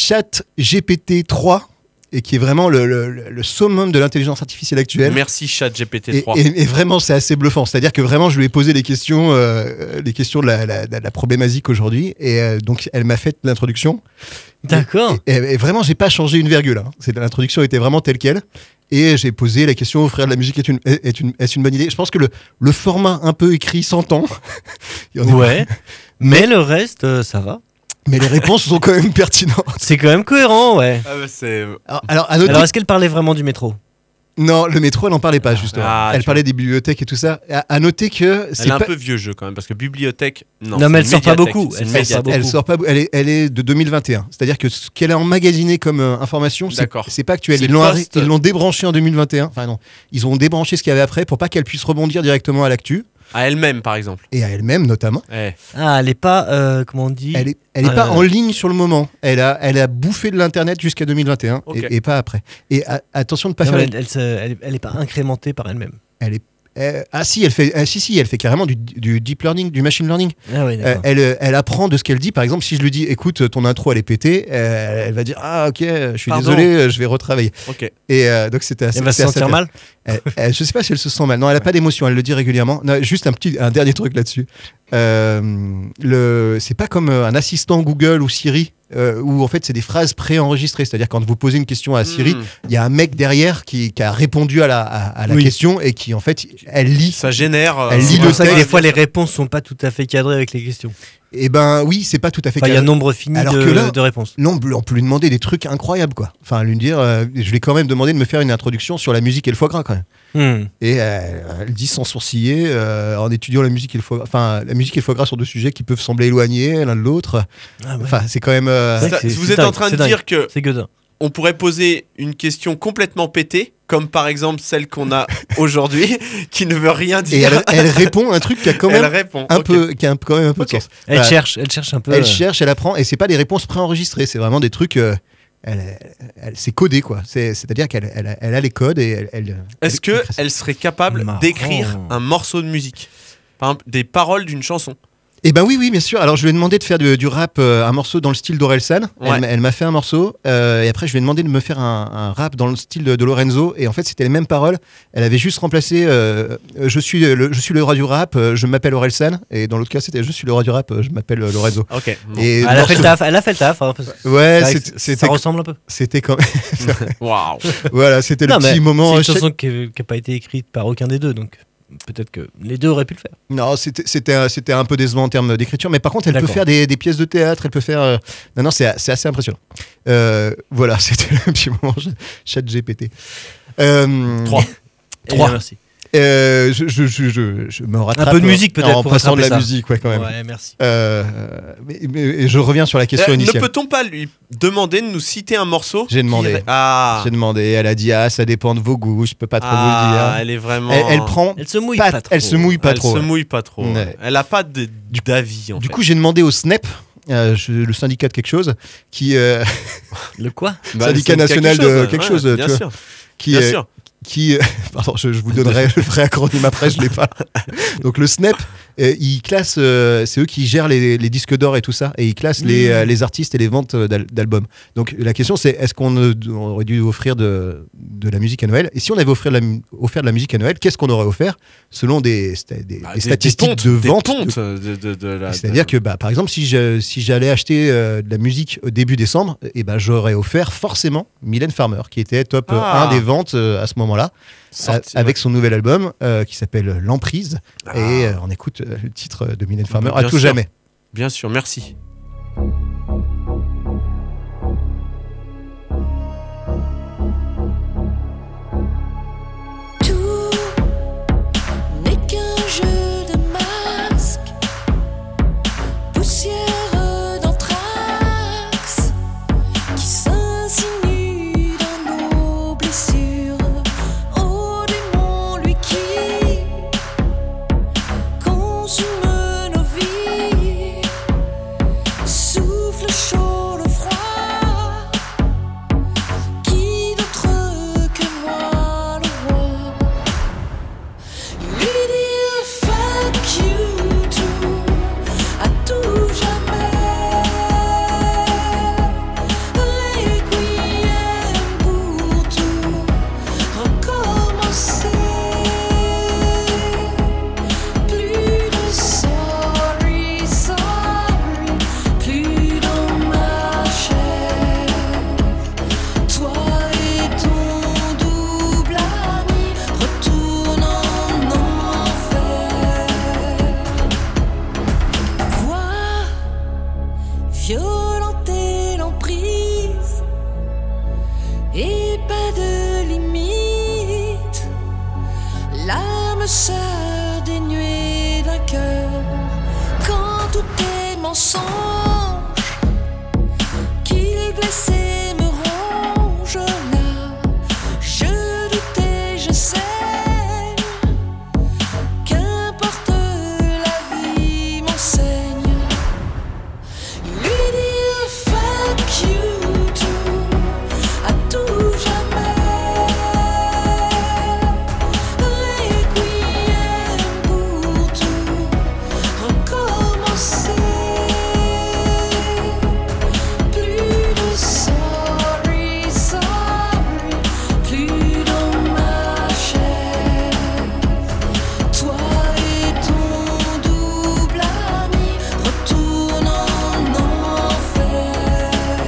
ChatGPT trois et qui est vraiment le, le- le summum de l'intelligence artificielle actuelle. Merci ChatGPT Et, trois. et- et vraiment, c'est assez bluffant. C'est-à-dire que vraiment, je lui ai posé les questions, euh, les questions de la, la- de la problématique aujourd'hui. Et euh, donc, elle m'a fait l'introduction. D'accord. Et, et vraiment, j'ai pas changé une virgule. Hein. C'est, l'introduction était vraiment telle quelle. Et j'ai posé la question, offrir de la musique est une, est, est une, est-ce une bonne idée? Je pense que le, le format un peu écrit s'entend. Il y en a- Ouais. Mais le reste, euh, ça va. Mais les réponses sont quand même pertinentes. C'est quand même cohérent, ouais. Ah bah, c'est. Alors, alors, à noter- Alors, est-ce qu'elle parlait vraiment du métro? non, le métro, elle n'en parlait pas, justement. Ah, elle tu parlait des bibliothèques et tout ça. À, à noter que c'est Elle est un pas- peu vieux jeu quand même parce que bibliothèque. Non, Non, mais c'est elle une sort pas médiathèque, beaucoup. c'est Elle une sort pas médiathèque. beaucoup. Elle sort pas, elle est, elle est de deux mille vingt et un. C'est-à-dire que ce qu'elle a emmagasiné comme euh, information, c'est, D'accord. c'est pas actuel. C'est Ils l'ont, arrêt- post- ils l'ont débranché en deux mille vingt et un. Enfin non, ils ont débranché ce qu'il y avait après pour pas qu'elle puisse rebondir directement à l'actu À elle-même par exemple. et à elle-même notamment. Eh. Ah, elle est pas, euh, comment on dit? Elle est, elle est Euh, pas en ligne sur le moment. Elle a, elle a bouffé de l'internet jusqu'à deux mille vingt et un Ok. et, et pas après. Et a- attention de pas Non, faire. mais la- elle, elle, se- elle- elle est pas incrémentée par elle-même. Elle est, euh, ah si, elle fait, ah, si si, elle fait carrément du, du deep learning, du machine learning. Ah oui, Euh, d'accord. elle, elle apprend de ce qu'elle dit. Par exemple, si je lui dis, écoute, ton intro elle est pétée, euh, elle va dire, ah ok, je suis Pardon. désolé, euh, je vais retravailler. Ok. Et euh, donc c'était assez. Elle va se c'était assez sentir mal. Elle- elle- je sais pas si elle se sent mal. Non, elle a pas d'émotion. Elle le dit régulièrement. Non, juste un petit, un dernier truc là-dessus. Euh, le, c'est pas comme euh, un assistant Google ou Siri. Euh, où en fait c'est des phrases préenregistrées, c'est-à-dire quand vous posez une question à Siri, Hmm. il y a un mec derrière qui, qui a répondu à la, à, à la Oui. question et qui en fait elle lit. Ça génère. euh, Elle lit C'est le pour ça que texte. des fois les réponses sont pas tout à fait cadrées avec les questions. Et ben oui, c'est pas tout à fait. Enfin, il y a cadré. nombre fini Alors de, que là- de réponses. Non, on peut lui demander des trucs incroyables quoi. Enfin lui dire, euh, je lui ai quand même demandé de me faire une introduction sur la musique et le foie gras quand même. Hmm. Et euh, elle dit sans sourciller, euh, en étudiant la musique et le foie gras. Enfin, la musique et le foie gras sont deux sujets qui peuvent sembler éloignés l'un de l'autre. Ah ouais. Enfin, c'est quand même. euh, C'est vrai Ça- que c'est- vous c'est êtes en dingue, train de c'est dingue. dire que C'est Godin. on pourrait poser une question complètement pétée, comme par exemple celle qu'on a aujourd'hui, qui ne veut rien Et dire. elle, elle répond un truc qui a quand Elle même répond. un ok. peu, qui a un- quand même un peu Ok. de sens. Elle Voilà. cherche, elle cherche un peu. Elle euh, cherche, elle apprend, et c'est pas des réponses préenregistrées, c'est vraiment des trucs. euh, elle, elle- elle- c'est codé quoi. C'est, c'est-à-dire qu'elle elle, a- elle a les codes et elle. elle- Est-ce elle- que elle- elle serait capable Marrant. d'écrire un morceau de musique, par exemple des paroles d'une chanson? Eh ben oui, oui, bien sûr. Alors je lui ai demandé de faire du, du rap, euh, un morceau dans le style d'Orelsan. Ouais. Elle, m'a- elle m'a fait un morceau, euh, et après je lui ai demandé de me faire un, un rap dans le style de, de Lorenzo. Et en fait, c'était les mêmes paroles. Elle avait juste remplacé euh, euh, je suis le, je suis le roi du rap, euh, je m'appelle Orelsan. Et dans l'autre cas, c'était je suis le roi du rap, euh, je m'appelle euh, Lorenzo. Ok. bon. Et Elle a morceau- fait le taf. Elle a fait le taf. hein, parce que Ouais, c'est vrai que c'était, ça c'était, ressemble un peu. c'était quand même. Waouh. Voilà, c'était le Non, mais petit moment. C'est une chaque- chanson qui n'a pas été écrite par aucun des deux, donc peut-être que les deux auraient pu le faire. Non, c'était, c'était, c'était un peu décevant en termes d'écriture, mais par contre, elle D'accord. peut faire des, des pièces de théâtre, elle peut faire. euh, Non, non, c'est, c'est assez impressionnant. Euh, voilà, c'était le petit moment chat G P T. Euh, Trois. Eh bien, merci. euh, je, je, je, je, je me rattrape. Un peu de musique peut-être en pour passant de la rattraper ça. musique, ouais, quand même. Ouais, merci. Euh, mais, mais je reviens sur la question Euh, ne initiale. peut-on pas lui demander de nous citer un morceau J'ai demandé. qui- Ah, J'ai demandé, elle a dit ah ça dépend de vos goûts, je peux pas trop ah vous le dire. elle est vraiment. Elle, elle prend, Elle se mouille pas, pas, trop. elle se mouille pas elle trop. se ouais. mouille pas trop. Ouais. Elle a pas de- d'avis en Du fait. coup j'ai demandé au S N E P, euh, je- le syndicat de quelque chose, qui euh, Le quoi? Bah, syndicat c'est national quelque de chose, quelque ouais, chose, bien tu vois, sûr. qui Bien euh, sûr. qui euh, pardon je, je vous donnerai le vrai acronyme après, je l'ai pas. Donc le S N E P, euh, ils classent, euh, c'est eux qui gèrent les, les disques d'or et tout ça, et ils classent les, euh, les artistes et les ventes d'al- d'albums. Donc la question c'est est-ce qu'on euh, on aurait dû offrir de, de la musique à Noël, et si on avait offert de la, mu- offert de la musique à Noël, qu'est-ce qu'on aurait offert selon des, sta- des, Bah, des des- statistiques des pontes, de des vente pontes de- de, de, de la- C'est-à-dire de- que, bah, par exemple, si, je, si j'allais acheter euh, de la musique au début décembre, et bah, j'aurais offert forcément Mylène Farmer, qui était top euh, Ah. un des ventes euh, à ce moment-là, Sorti, a- avec ouais. son nouvel album euh, qui s'appelle L'Emprise. Ah. Et euh, on écoute euh, le titre de Mylène Farmer bah, à bien tout sûr. jamais. Bien sûr, merci. Tout n'est qu'un jeu de masques, poussière d'anthrax qui s'insinue dans nos blessures. Ô démon, lui qui consume nos vies, souffle chaud le froid. Qui d'autre que moi le voit? Lui dire fuck you tout, à tout jamais. Requiem pour tout recommencer. Plus de sorry, sorry, plus dans ma chair. Toi et ton double ami retournent en enfer. Voir violenter l'emprise et pas de limite. L'âme sœur dénuée d'un cœur quand tout est mensonge. Qu'il blessé me ronge là, je doutais, je sais. Qu'importe la vie m'enseigne. Lui dire fuck you tout, à tout jamais. Requiem pour tout recommencer. Plus de sorry, sorry, plus dans ma chair. Toi et ton double ami retournent en enfer.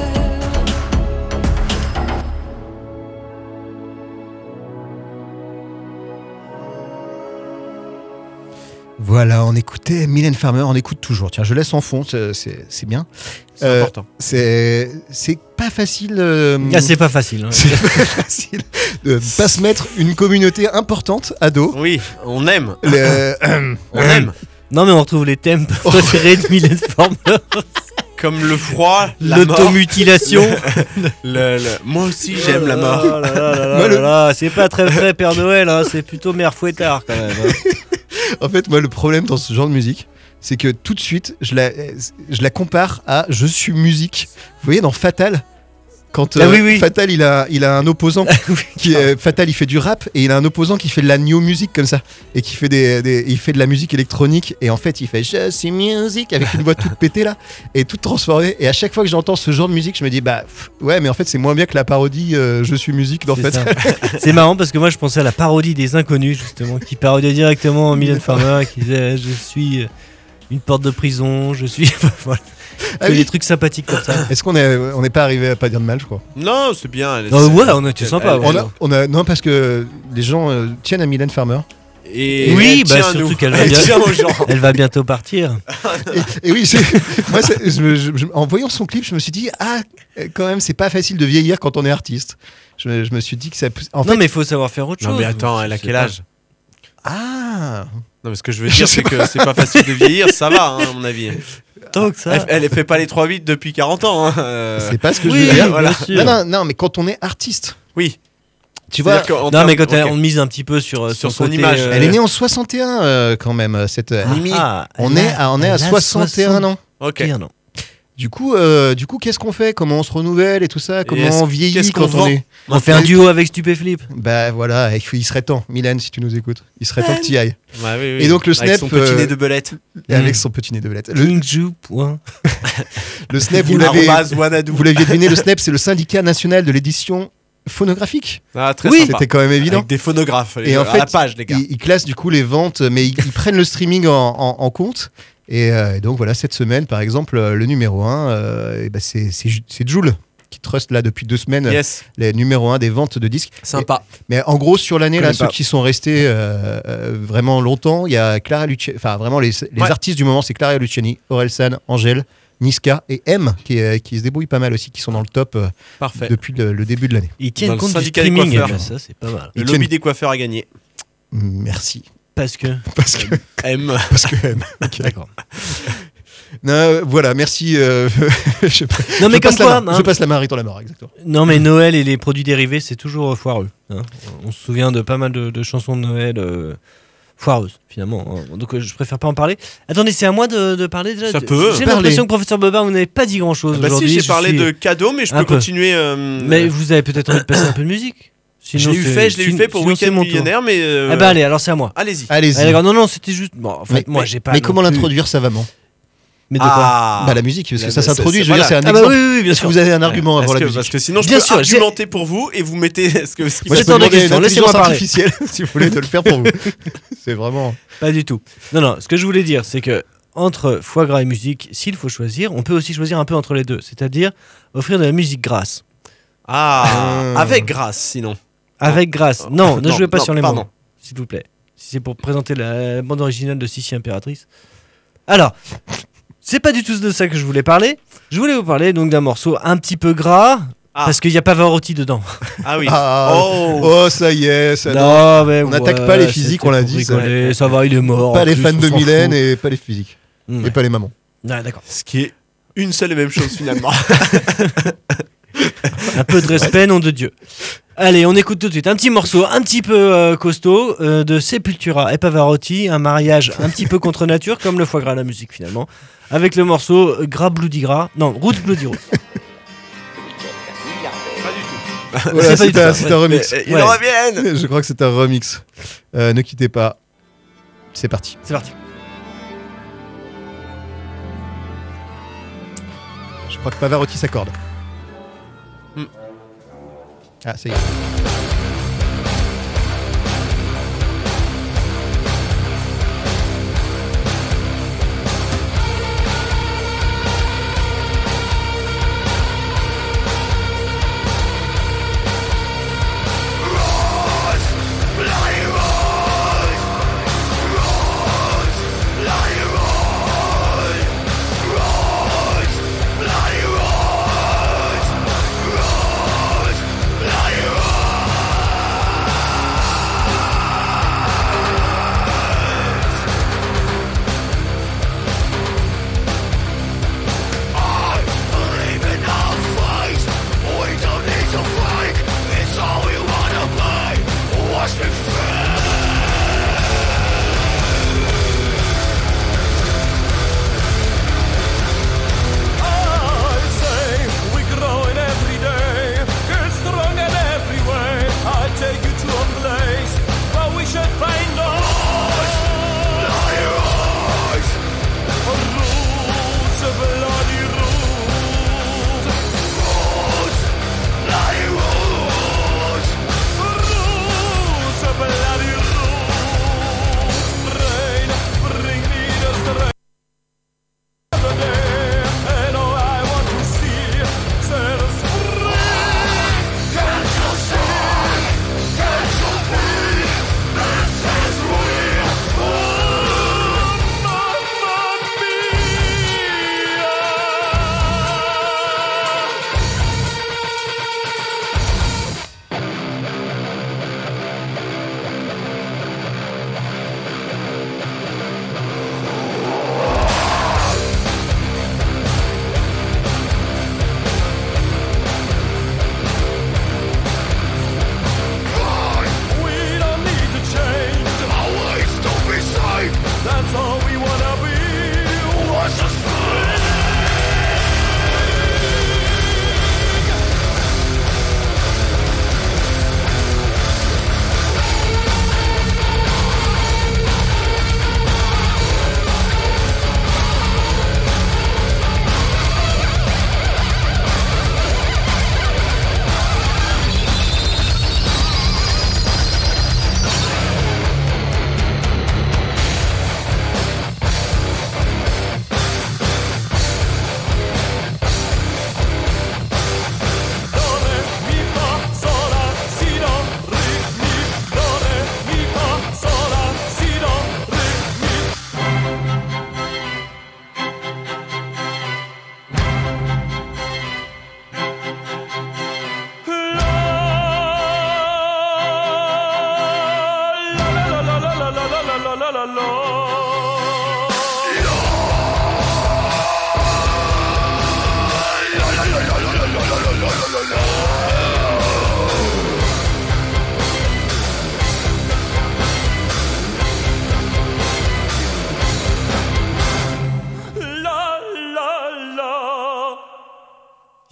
Voilà, on écoutait Mylène Farmer, on écoute toujours. Tiens, je laisse en fond, c'est, c'est, c'est bien. C'est Euh, important. C'est, c'est pas facile. euh, Ah, c'est pas facile. hein. c'est pas facile de pas se mettre une communauté importante à dos. Oui, on aime. Le- On aime. Non, mais on retrouve les thèmes préférés de Mylène Farmer. Comme le froid, la mort. L'automutilation. Le- le- Moi aussi, j'aime la mort. Oh là là là là Moi, le- là là, c'est pas très vrai Père Noël, hein, c'est plutôt Mère Fouettard quand même. hein. En fait, moi, le problème dans ce genre de musique, c'est que tout de suite, je la, je la compare à Je suis musique. Vous voyez, dans Fatal, quand Ah euh, oui, oui. Fatal, il a, il a un opposant qui est Fatal, il fait du rap et il a un opposant qui fait de la new music comme ça et qui fait des, des- il fait de la musique électronique et en fait, il fait Je suis musique avec une voix toute pétée là et toute transformée. Et à chaque fois que j'entends ce genre de musique, je me dis bah pff, ouais, mais en fait, c'est moins bien que la parodie euh, Je suis musique dans C'est Fatal. ça. C'est marrant parce que moi je pensais à la parodie des Inconnus justement, qui parodiait directement Mylène Farmer, qui disait je suis euh, une porte de prison, je suis voilà. Ah Que oui. des trucs sympathiques comme ça. Est-ce qu'on est, on n'est pas arrivé à pas dire de mal, je crois. Non, c'est bien. elle- Oh, c'est- ouais, on était sympa. elle- On ouais. a, on a, non, parce que les gens euh, tiennent à Mylène Farmer. Et oui, elle bah tient à surtout nous. qu'elle va, Elle bien- tient aux gens. elle va bientôt partir. Et, et oui, c'est- moi, c'est- je me- je- je- en voyant son clip, je me suis dit, ah, quand même, c'est pas facile de vieillir quand on est artiste. Je, me- je me suis dit que ça. En non, fait, mais il faut savoir faire autre Non chose. mais attends, elle a Je sais quel pas. âge? ah, Non mais ce que je veux dire c'est que c'est pas facile de vieillir, ça va hein, à mon avis. Tant que ça. Elle, elle fait pas les trois huit depuis quarante ans. Hein. euh. c'est pas ce que oui, je veux dire. voilà. bien sûr. Non, non, non, mais quand on est artiste, Oui. tu vois, C'est-à-dire qu'en Non, termes- mais quand elle- ok. on mise un petit peu sur, Sur son son côté, image. euh, elle est née en soixante et un euh, quand même, cette euh, Mimi. Ah, on elle est a- à, on est à elle a soixante et un ans. Ok. soixante et un ans. Du coup, euh, du coup, qu'est-ce qu'on fait? Comment on se renouvelle et tout ça? Comment est-ce- on vieillit qu'est-ce qu'on quand on vend est? On fait un duo avec Stupéflip. Bah voilà, il faut- il serait temps. Mylène, si tu nous écoutes, il serait temps que tu y ailles. Ouais, oui, oui. Et donc, le Avec snap, son petit euh, nez de belette. Et avec Mm. son petit nez de belette. Le, Kingju, point. le Snap, vous l'avez, Arrobase Wanadoo. vous l'aviez deviné, le Snap, c'est le syndicat national de l'édition phonographique. Ah, très Oui, sympa. c'était quand même évident. Avec des phonographes. Et les- en à fait, la page les gars. Ils, ils classent du coup les ventes, mais ils, ils prennent le streaming en, en- en compte. Et euh, donc voilà, cette semaine, par exemple, euh, le numéro un, euh, et ben c'est, c'est, Ju- c'est Joule qui trust là depuis deux semaines Yes. les numéro un des ventes de disques. Sympa. Mais en gros, sur l'année, là, Connais ceux pas. qui sont restés euh, euh, vraiment longtemps, il y a Clara Luciani, enfin vraiment les, les Ouais. artistes du moment, c'est Clara Luciani, Orelsan, Angèle, Niska et M qui, euh, qui se débrouillent pas mal aussi, qui sont dans le top euh, Parfait. depuis le, le début de l'année. Ils Dans tiennent le compte du syndicat des streaming. coiffeurs. eh ben, ça, c'est pas mal. Le Ils lobby tiennent- des coiffeurs a gagné. Merci. Parce que. Parce que, M. parce que M. Ok. D'accord. Non, euh, voilà, merci. euh, je, Non, mais je comme passe la quoi. main, hein, je passe la main à Riton Lamar, exactement. Non, mais Noël et les produits dérivés, c'est toujours euh, foireux. hein. On se souvient de pas mal de, de chansons de Noël euh, foireuses, finalement. hein. Donc, euh, je préfère pas en parler. Attendez, c'est à moi de, de parler déjà. Ça peut. J'ai Parlez. l'impression que professeur Bobard, vous n'avez pas dit grand chose Bah si, aujourd'hui. j'ai Je parlé suis- de cadeaux, mais je Un peux peu. continuer. euh, Mais vous avez peut-être envie de passer un peu de musique. Je Sinon, l'ai eu c'est- fait, je l'ai eu sinon- fait pour sinon, c'est Week-end mon tour. Millionnaire, mais. euh, Ah bah allez, alors c'est à moi. Allez-y. Allez-y. Ah, d'accord, non, non, c'était juste. Bon, en fait, Mais- moi, mais- j'ai pas. Mais non comment plus- l'introduire savamment? Mais de quoi Ah. Bah la musique, parce que Bah, ça bah, s'introduit, c'est- je veux dire, c'est voilà. un Ah bah exemple. oui, oui, oui, bien Est-ce que sûr. vous avez un argument Parce avant la que, musique? parce que sinon, je Bien peux sûr, j'ai- argumenter pour vous et vous mettez. Ce que, ce qui Moi, je C'est peux hors de demander question, une laissez-moi intelligence parler. artificielle si vous voulez de le faire pour vous. C'est vraiment. Pas du tout. Non, non, ce que je voulais dire, c'est que entre foie gras et musique, s'il faut choisir, on peut aussi choisir un peu entre les deux. C'est-à-dire offrir de la musique grasse. Ah, Euh. avec grâce, sinon. Avec grâce. Non, ne Non, jouez pas non, sur les pardon. mots, s'il vous plaît. Si c'est pour présenter la bande originale de Sissi Impératrice. Alors, c'est pas du tout de ça que je voulais parler. Je voulais vous parler donc d'un morceau un petit peu gras, Ah. parce qu'il n'y a pas Pavarotti dedans. Ah oui. Ah, Oh. oh, ça y est, ça Non, mais on ouais, n'attaque pas les physiques, c'était on l'a pour dit, ça. rigoler, Ça va, il est mort. Pas en les plus, fans on de s'en Mylène fout. et pas les physiques. Mm, Et pas les mamans. ouais, d'accord. Ce qui est une seule et même chose finalement. Un peu de respect, nom de Dieu. Allez, on écoute tout de suite un petit morceau un petit peu euh, costaud euh, de Sepultura et Pavarotti, un mariage un petit peu contre nature, comme le foie gras à la musique finalement, avec le morceau euh, Gras Bloody Gras, non, Roots Bloody Roots. Pas du tout. Voilà, C'est pas du c'est un, tout ça, c'est un remix. Mais, euh, ils Ouais. reviennent. Je crois que c'est un remix. Euh, ne quittez pas. C'est parti. C'est parti. Je crois que Pavarotti s'accorde. Hmm. Ah, ça y est. Lion!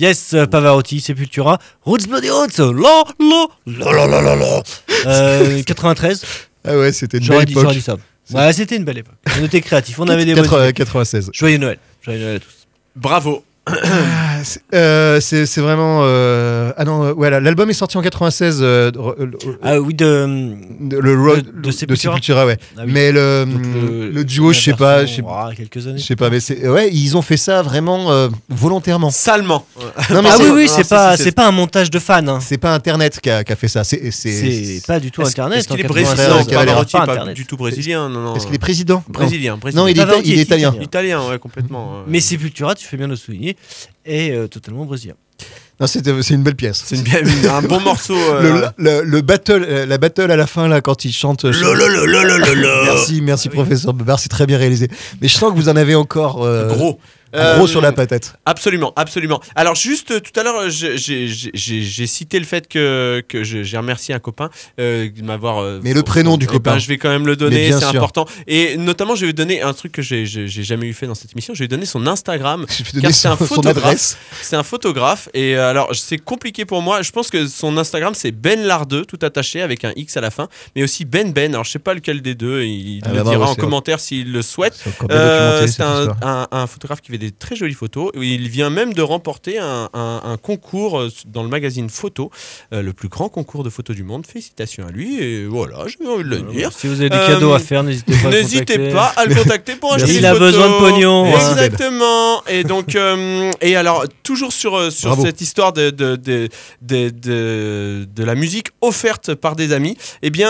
Yes, euh, Pavarotti, Sepultura, Roots Bloody Roots, la la la la la la. Euh, quatre-vingt-treize. Ah ouais, c'était une J'aurais belle dit, époque. j'aurais dit ça. Ouais, c'était une belle époque. On était créatifs, on avait des bonnes quatre- idées. quatre-vingt-seize. Joyeux Noël, joyeux Noël à tous. Bravo. Ah, c'est, euh, c'est, c'est vraiment. Euh... Ah non, euh, voilà, l'album est sorti en quatre-vingt-seize. Euh, euh, Ah oui, de. de- le road de- de de Sepultura. Sepultura, ouais. Ah oui. Mais le, Donc, le, le- duo, la je sais pas, je version, sais, ah, quelques années. je sais pas, mais c'est, ouais, ils ont fait ça vraiment euh, volontairement. Salement. Non, mais Ah c'est, oui, oui, non, c'est si, pas, si, c'est- c'est pas un montage de fans. Hein. c'est pas Internet qui a, qui a fait ça. C'est, c'est, C'est pas du tout Est-ce- Internet. Est-ce qu'il est en brésilien quatre-vingt-seize, Cavalera. Pavarotti, pas pas Internet. du tout brésilien, non, non. Est-ce qu'il est président? Brésilien, brésilien. Non, il est, Pavarotti il est est italien. italien. Italien, ouais, complètement. ouais. Mais Sepultura, tu fais bien de le souligner, est euh, totalement brésilien. Non, c'était- c'est une belle pièce. C'est une bien- une- un bon morceau. euh, Le, le, le battle, euh, la battle à la fin là, quand il chante. je- Merci, merci professeur Bebar, c'est très bien réalisé. Mais je sens que vous en avez encore euh, Gros. gros Euh, sur la patate. Absolument, absolument. Alors juste euh, tout à l'heure, j'ai- j'ai j'ai- j'ai cité le fait que, que je- j'ai remercié un copain euh, de m'avoir. euh, Mais le prénom du eh copain. ben, je vais quand même le Mais donner, bien c'est sûr. important. Et notamment, je vais donner un truc que j'ai j'ai j'ai jamais eu fait dans cette émission. Je vais donner son Instagram. Je vais Car donner c'est un son, son photographe. adresse. C'est un photographe. Et euh, alors, c'est compliqué pour moi. Je pense que son Instagram, c'est Ben Lardeux, tout attaché avec un X à la fin. Mais aussi Ben Ben. Alors, je sais pas lequel des deux. Il Ah, me bah, dira bravo, en c'est- commentaire s'il le souhaite. C'est encore bien Euh, documenté, c'est cette un, histoire. un- un photographe qui fait des très jolies photos. Il vient même de remporter un, un- un concours euh, dans le magazine Photo, euh, le plus grand concours de photos du monde. Félicitations à lui. Et voilà, j'ai envie de le dire. Si vous avez des Euh, cadeaux à faire, n'hésitez pas à le N'hésitez contacter. pas à le contacter pour acheter Il des a photos. besoin de pognon. Merci, Ben. Exactement. Et donc, euh, et alors, toujours sur, euh, sur Bravo. cette histoire de, de, de, de, de- de la musique offerte par des amis, eh bien,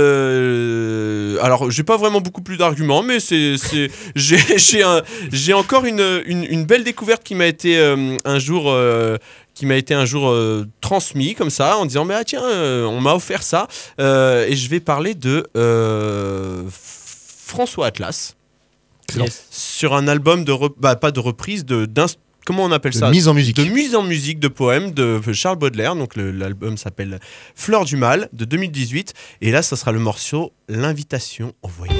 euh, alors, j'ai pas vraiment beaucoup plus d'arguments, mais c'est, c'est, j'ai, j'ai, un- j'ai encore une, une, une belle découverte qui m'a été euh, un jour. euh, qui m'a été un jour euh, transmis comme ça en disant mais ah tiens euh, on m'a offert ça euh, et je vais parler de euh, François Atlas. Yes. Sur un album de rep- bah, pas de reprise de d'inst- comment on appelle De ça mise en musique. de mise en musique de poèmes de Charles Baudelaire. Donc le- l'album s'appelle Fleur du Mal de deux mille dix-huit et là ça sera le morceau L'invitation au voyage.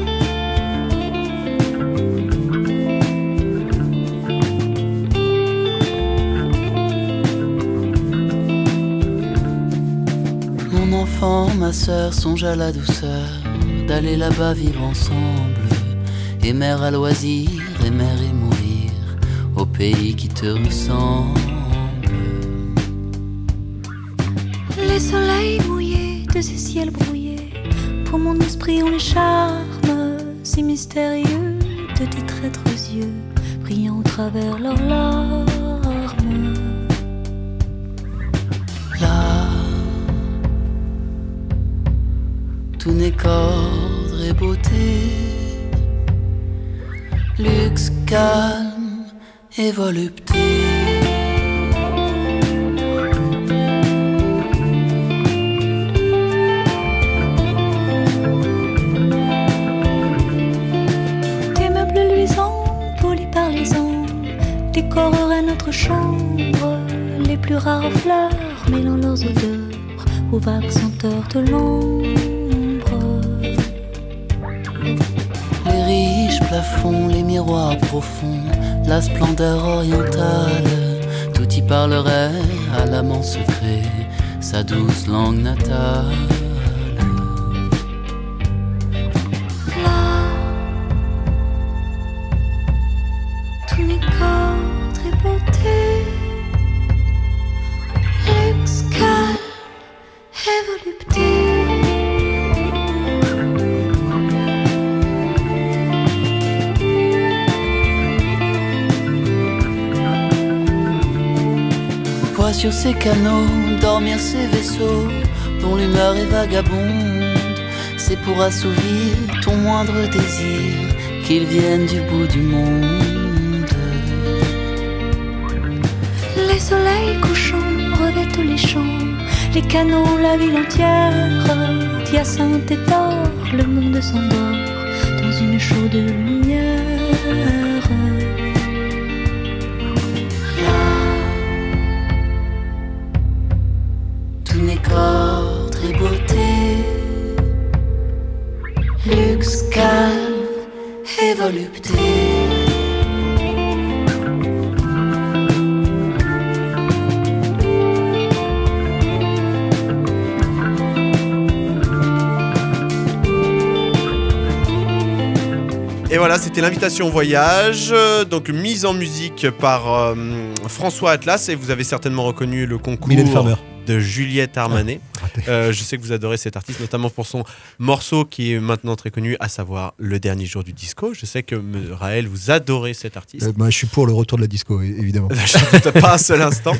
Mon enfant, ma sœur, songe à la douceur d'aller là-bas vivre ensemble. Et mère à loisir, et mère et mourir au pays qui te ressemble. Les soleils mouillés de ces ciels brouillés, pour mon esprit ont les charmes si mystérieux de tes traîtres yeux, brillant au travers leurs larmes. Là, tout n'est qu'ordre et beauté, luxe, calme et volupté. Tes meubles luisants, polis par les ans, décoreraient notre chambre. Les plus rares fleurs mêlant leurs odeurs aux vagues senteurs de l'ombre. Les riches plafonds, les miroirs profonds, la splendeur orientale, tout y parlerait à l'amant secret, sa douce langue natale. Là, tout n'est qu'ordre et beauté, luxe, calme et volupté. Vois sur ces canaux dormir ces vaisseaux dont l'humeur est vagabonde. C'est pour assouvir ton moindre désir qu'ils viennent du bout du monde. Les soleils couchants revêtent les champs, les canaux, la ville entière. Hyacinthe et d'or, le monde s'endort dans une chaude lumière. Tout n'est qu'ordre et beauté, luxe, calme et volupté. Et voilà, c'était l'invitation au voyage, euh, donc mise en musique par euh, François Atlas, et vous avez certainement reconnu le concours Mylène Farmer. de Juliette Armanet. Ah, Euh, je sais que vous adorez cet artiste, notamment pour son morceau qui est maintenant très connu, à savoir Le Dernier Jour du Disco. Je sais que me- Raël, vous adorez cet artiste. Euh, moi, je suis pour le retour de la disco, é- évidemment. Je ne doute pas un seul instant.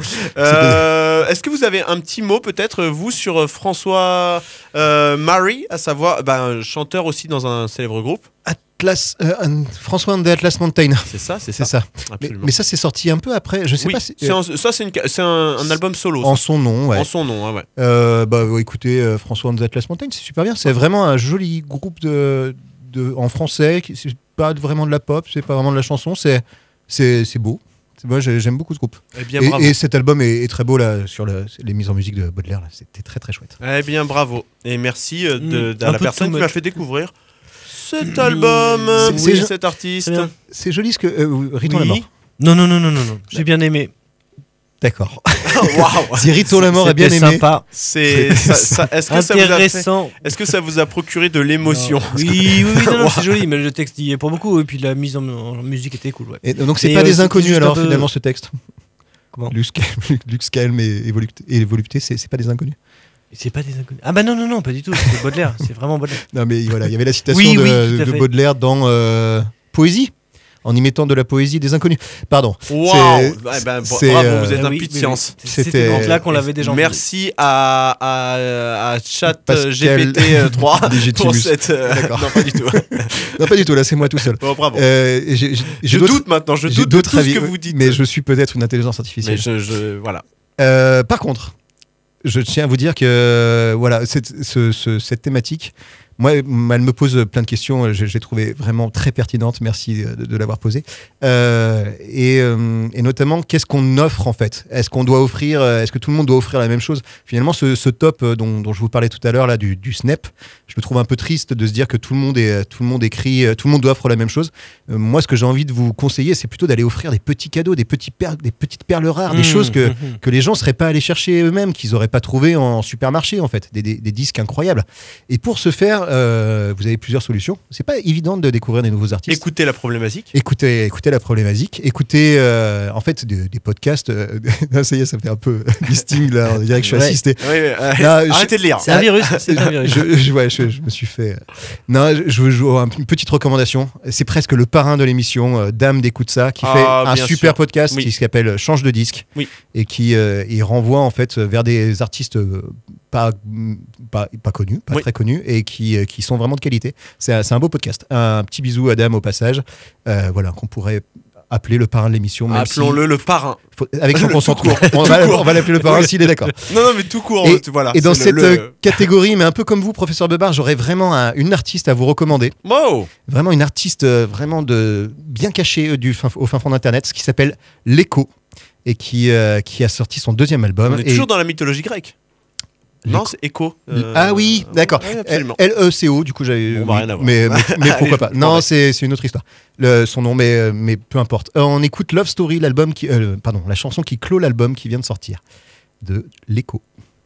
Euh, Est-ce que vous avez un petit mot, peut-être, vous, sur François euh, Murray, à savoir ben, chanteur aussi dans un célèbre groupe? Atlas, euh, un- François and the Atlas Mountain. C'est ça, c'est C'est ça. ça. Mais, Absolument. mais ça, c'est sorti un peu après. Je sais Oui, pas. si- c'est un- ça, c'est une ca- c'est un, un album solo. En ça. son nom, ouais. En son nom, hein, ouais. Euh, bah, ouais, écoutez, euh, François and the Atlas Mountain, c'est super bien. C'est vraiment un joli groupe de, de, en français. qui- C'est pas vraiment de la pop, c'est pas vraiment de la chanson. C'est, c'est, c'est beau. C'est- Moi, j'ai- j'aime beaucoup ce groupe. Eh bien, et, bravo. et cet album est, est très beau là sur le- les mises en musique de Baudelaire. Là. C'était très très chouette. Eh bien, bravo. Et merci euh, de, Mm, de un la peu personne too qui m'a much. fait découvrir cet album, euh, C'est- oui, c'est- cet artiste. C'est bien. C'est joli ce que. Euh, Riton la Oui. mort. Non, non, non, non, non, non. J'ai bien aimé. D'accord. Waouh. Si Riton la mort a bien C'était aimé. sympa. C'est ça- ça- est-ce que ça vous a fait- Intéressant. est-ce que ça vous a procuré de l'émotion? Non. Oui, oui, oui, non, non, c'est joli, mais le texte y est pour beaucoup. Et puis la mise en, en musique était cool. Ouais. Et donc c'est Et, pas euh, des c'était inconnus juste un alors peu- finalement ce texte. Comment Luxe Calme, Luxe Calme et, et Volupté, et Volupté, c'est c'est pas des inconnus. C'est pas des inconnus. Ah bah non, non, non, pas du tout. C'est Baudelaire. C'est vraiment Baudelaire. Non mais voilà, il y avait la citation Oui, de, oui, tout à de fait. Baudelaire dans euh, Poésie, en y mettant de la poésie des inconnus. Pardon. Waouh. C'est- Eh ben, bra- c'est, bravo, euh, vous êtes Ah un oui, puits de oui, science. oui. C'était- C'était donc là qu'on l'avait déjà entendu. Merci à, à, à Chat Pascal G P T trois pour Legitimus. cette. euh, D'accord. non, pas du tout. Non pas du tout, là c'est moi tout seul. Bon, bravo. Euh, j'ai- j'ai- j'ai je d'autres- doute maintenant, je j'ai doute de d'autres tout ce avis, que vous dites. mais je suis peut-être une intelligence artificielle. Mais je, je- voilà. Euh, par contre, je tiens à vous dire que voilà, cette, ce- ce- cette thématique, moi, elle me pose plein de questions. Je, je l'ai trouvée vraiment très pertinente. Merci de, de l'avoir posée. Euh, et, euh, et notamment, qu'est-ce qu'on offre en fait? Est-ce qu'on doit offrir? Est-ce que tout le monde doit offrir la même chose? Finalement, ce, ce top dont, dont je vous parlais tout à l'heure là du, du Snap, je me trouve un peu triste de se dire que tout le monde est, tout le monde écrit, tout le monde doit offrir la même chose. Euh, moi, ce que j'ai envie de vous conseiller, c'est plutôt d'aller offrir des petits cadeaux, des petits per- des petites perles rares, des Mmh, choses que mmh. que les gens seraient pas allés chercher eux-mêmes, qu'ils auraient pas trouvé en supermarché en fait, des, des- des disques incroyables. Et pour ce faire, euh, vous avez plusieurs solutions. C'est pas évident de découvrir des nouveaux artistes. Écoutez la problématique. Écoutez, écoutez la problématique. Écoutez, euh, en fait, de- des podcasts. euh, ça y est, ça fait un peu listing là. On dirait que je suis Ouais. assisté. Oui, oui, euh, Là, je- arrêtez de lire. C'est un virus. C'est un virus. Je, je- ouais, je, je me suis fait. Non, je, je veux jouer un- une petite recommandation. C'est presque le parrain de l'émission, euh, Dame d'écoute ça, qui Ah, fait un bien super sûr. podcast Oui. qui s'appelle Change de disque, Oui. et qui euh, il renvoie en fait vers des artistes euh, pas pas, pas connus, pas Oui. très connus, et qui euh, qui sont vraiment de qualité. C'est un, c'est un beau podcast. Un petit bisou à Dame au passage. Euh, voilà, qu'on pourrait appeler le parrain de l'émission. même si- Appelons-le le parrain. faut- avec son Le consentement. tout court. On va, Tout court. on va l'appeler le parrain s'il est d'accord. Non, non, mais tout court. Et, voilà, et dans c'est cette le- euh, le- catégorie, mais un peu comme vous, professeur Bebar, j'aurais vraiment un- une artiste à vous recommander. Wow. Vraiment une artiste euh, vraiment de bien cachée euh, du fin- au fin fond d'internet, ce qui s'appelle L'Echo, et qui, euh, qui a sorti son deuxième album. On est Et- toujours dans la mythologie grecque. Non, L'écho. c'est Echo. euh, Ah oui, d'accord. ouais, absolument. L E C O, du coup j'avais. Bon, bah, oui, rien à voir. mais, mais, mais Allez, pourquoi pas. je- Non, bon, c'est c'est une autre histoire. Le- son nom, mais, mais peu importe. Euh, on écoute Love Story, l'album qui. euh, pardon, la chanson qui clôt l'album qui vient de sortir de L'Echo.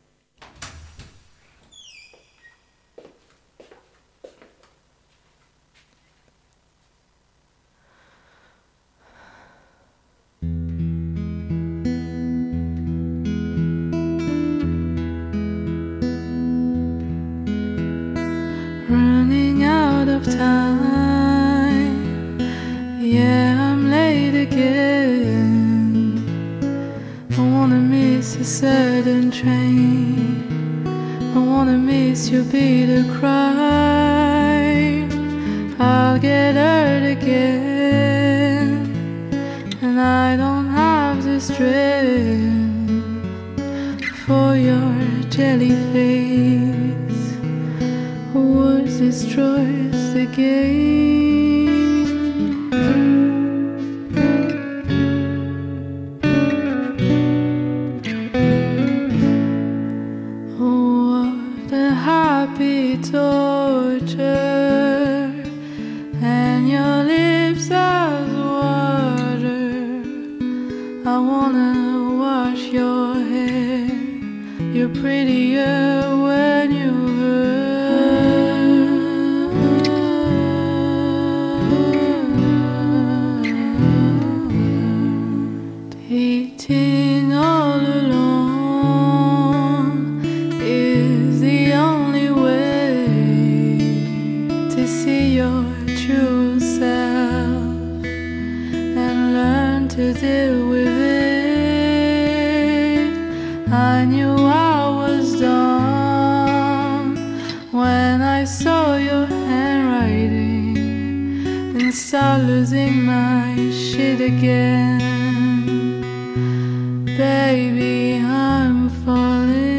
Running out of time. Yeah, I'm late again. I wanna miss a certain train. I wanna miss your bitter cry. I'll get hurt again, and I don't have the strength for your jelly face. Words destroys the game. Oh, what a happy torture, and your lips as water. I wanna wash your hair. You're prettier when you hurt. to deal with it. I knew I was done when I saw your handwriting and start losing my shit again. Baby, I'm falling.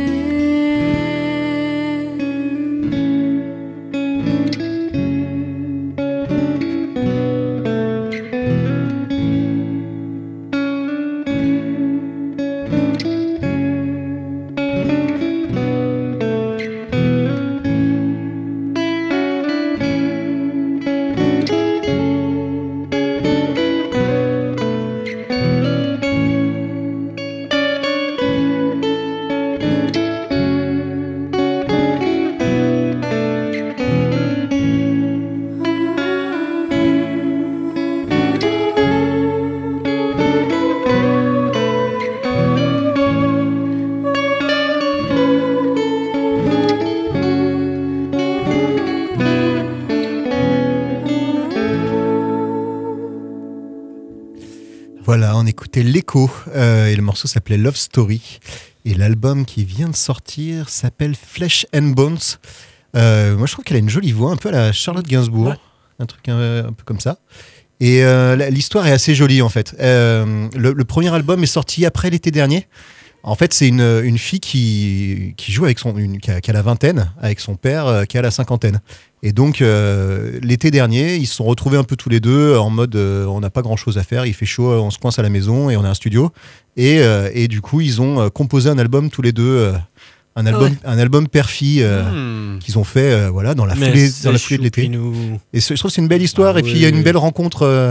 Voilà, on écoutait L'Écho euh, et le morceau s'appelait Love Story. Et l'album qui vient de sortir s'appelle Flesh and Bones. Euh, moi, je trouve qu'elle a une jolie voix, un peu à la Charlotte Gainsbourg, ouais. un truc un, un peu comme ça. Et euh, l'histoire est assez jolie en fait. Euh, le, le premier album est sorti après l'été dernier. En fait, c'est une, une fille qui, qui joue avec son, une, qui, a, qui a la vingtaine, avec son père euh, qui a la cinquantaine. Et donc, euh, l'été dernier, ils se sont retrouvés un peu tous les deux en mode euh, on n'a pas grand chose à faire, il fait chaud, on se coince à la maison et on a un studio. Et, euh, et du coup, ils ont euh, composé un album tous les deux, euh, un album, ah ouais. un album père-fille euh, mmh. qu'ils ont fait euh, voilà, dans la Mais foulée, dans la foulée de l'été. Et je trouve que c'est une belle histoire. Ah, et puis, il oui. y a une belle rencontre euh,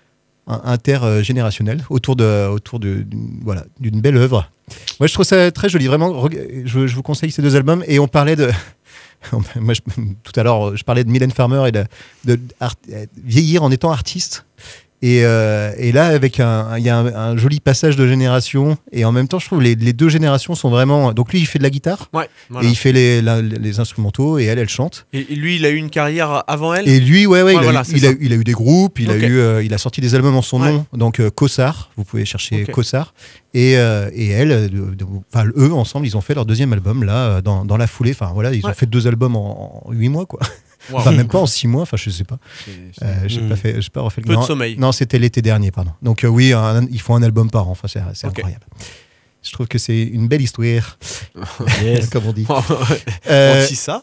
intergénérationnelle autour, de, autour de, d'une, voilà, d'une belle œuvre. Moi, je trouve ça très joli. Vraiment, je, je vous conseille ces deux albums. Et on parlait de. Moi, je, tout à l'heure, je parlais de Mylène Farmer et de, de, de art, vieillir en étant artiste. Et, euh, et là, avec un, il y a un, un joli passage de génération. Et en même temps, je trouve les, les deux générations sont vraiment. Donc lui, il fait de la guitare. Ouais, voilà. Et il fait les, la, les instrumentaux. Et elle, elle chante. Et lui, il a eu une carrière avant elle. Et lui, ouais, ouais, ouais il, voilà, a, il, a, il a eu des groupes. Il okay. a eu, euh, il a sorti des albums en son ouais. nom. Donc euh, Kossar, vous pouvez chercher okay. Kossar. Et, euh, et elle, enfin de, de, eux ensemble, ils ont fait leur deuxième album là, dans, dans la foulée. Enfin voilà, ils ouais. ont fait deux albums en huit mois, quoi. Wow. Enfin, même pas en six mois, enfin, je sais pas. C'est, c'est... Euh, j'ai mmh. pas fait, j'ai pas refait le Peu non, de sommeil. Non, c'était l'été dernier, pardon. Donc, euh, oui, un, ils font un album par an. Enfin, c'est, c'est okay. incroyable. Je trouve que c'est une belle histoire. Yes. Comme on dit. euh, on dit ça.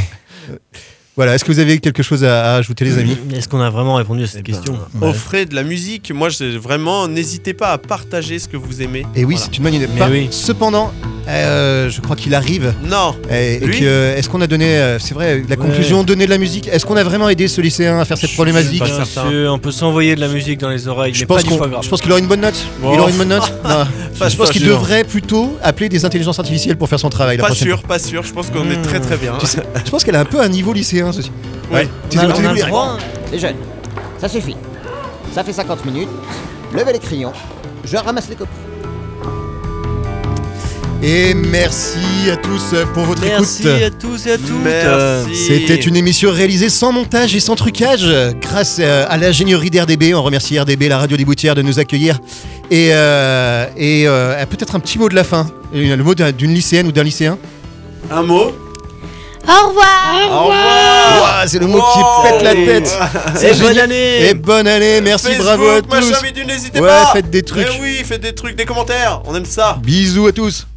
Voilà, est-ce que vous avez quelque chose à, à ajouter, les amis ? Est-ce qu'on a vraiment répondu à cette eh question ? ben, offrez de la musique. Moi, je, vraiment, n'hésitez pas à partager ce que vous aimez. Et oui, voilà. c'est une bonne idée. Pas, oui. Cependant, euh, je crois qu'il arrive. Non. Et, et que, est-ce qu'on a donné, euh, c'est vrai, la conclusion, ouais. donner de la musique. Est-ce qu'on a vraiment aidé ce lycéen à faire cette je problématique ? Bien sûr, on peut s'envoyer de la musique dans les oreilles. Je, mais pense, pas du foie gras. je pense qu'il aura une bonne note. Bon. Il aura une bonne note. Non. Je, je pense qu'il devrait plutôt appeler des intelligences artificielles pour faire son travail. Pas sûr, pas sûr. Je pense qu'on mmh. est très très bien. Je, sais, je pense qu'elle a un peu un niveau lycéen, ceci. Ouais. On a, on a le droit. Les jeunes, ça suffit. Ça fait cinquante minutes. Levez les crayons. Je ramasse les copies. Et merci à tous pour votre merci écoute. Merci à tous et à toutes. Merci. C'était une émission réalisée sans montage et sans trucage grâce à l'ingénierie d'R D B. On remercie R D B, la radio des Boutières, de nous accueillir. Et, euh, et euh, peut-être un petit mot de la fin. Le mot d'une lycéenne ou d'un lycéen. Un mot. Au revoir. Au revoir. Wow, c'est le mot wow. qui pète la tête. C'est et bonne année. Et bonne année. merci, Facebook, bravo à tous. Machin, bidule, n'hésitez ouais, pas. faites des trucs. Mais oui, faites des trucs, des commentaires. On aime ça. Bisous à tous.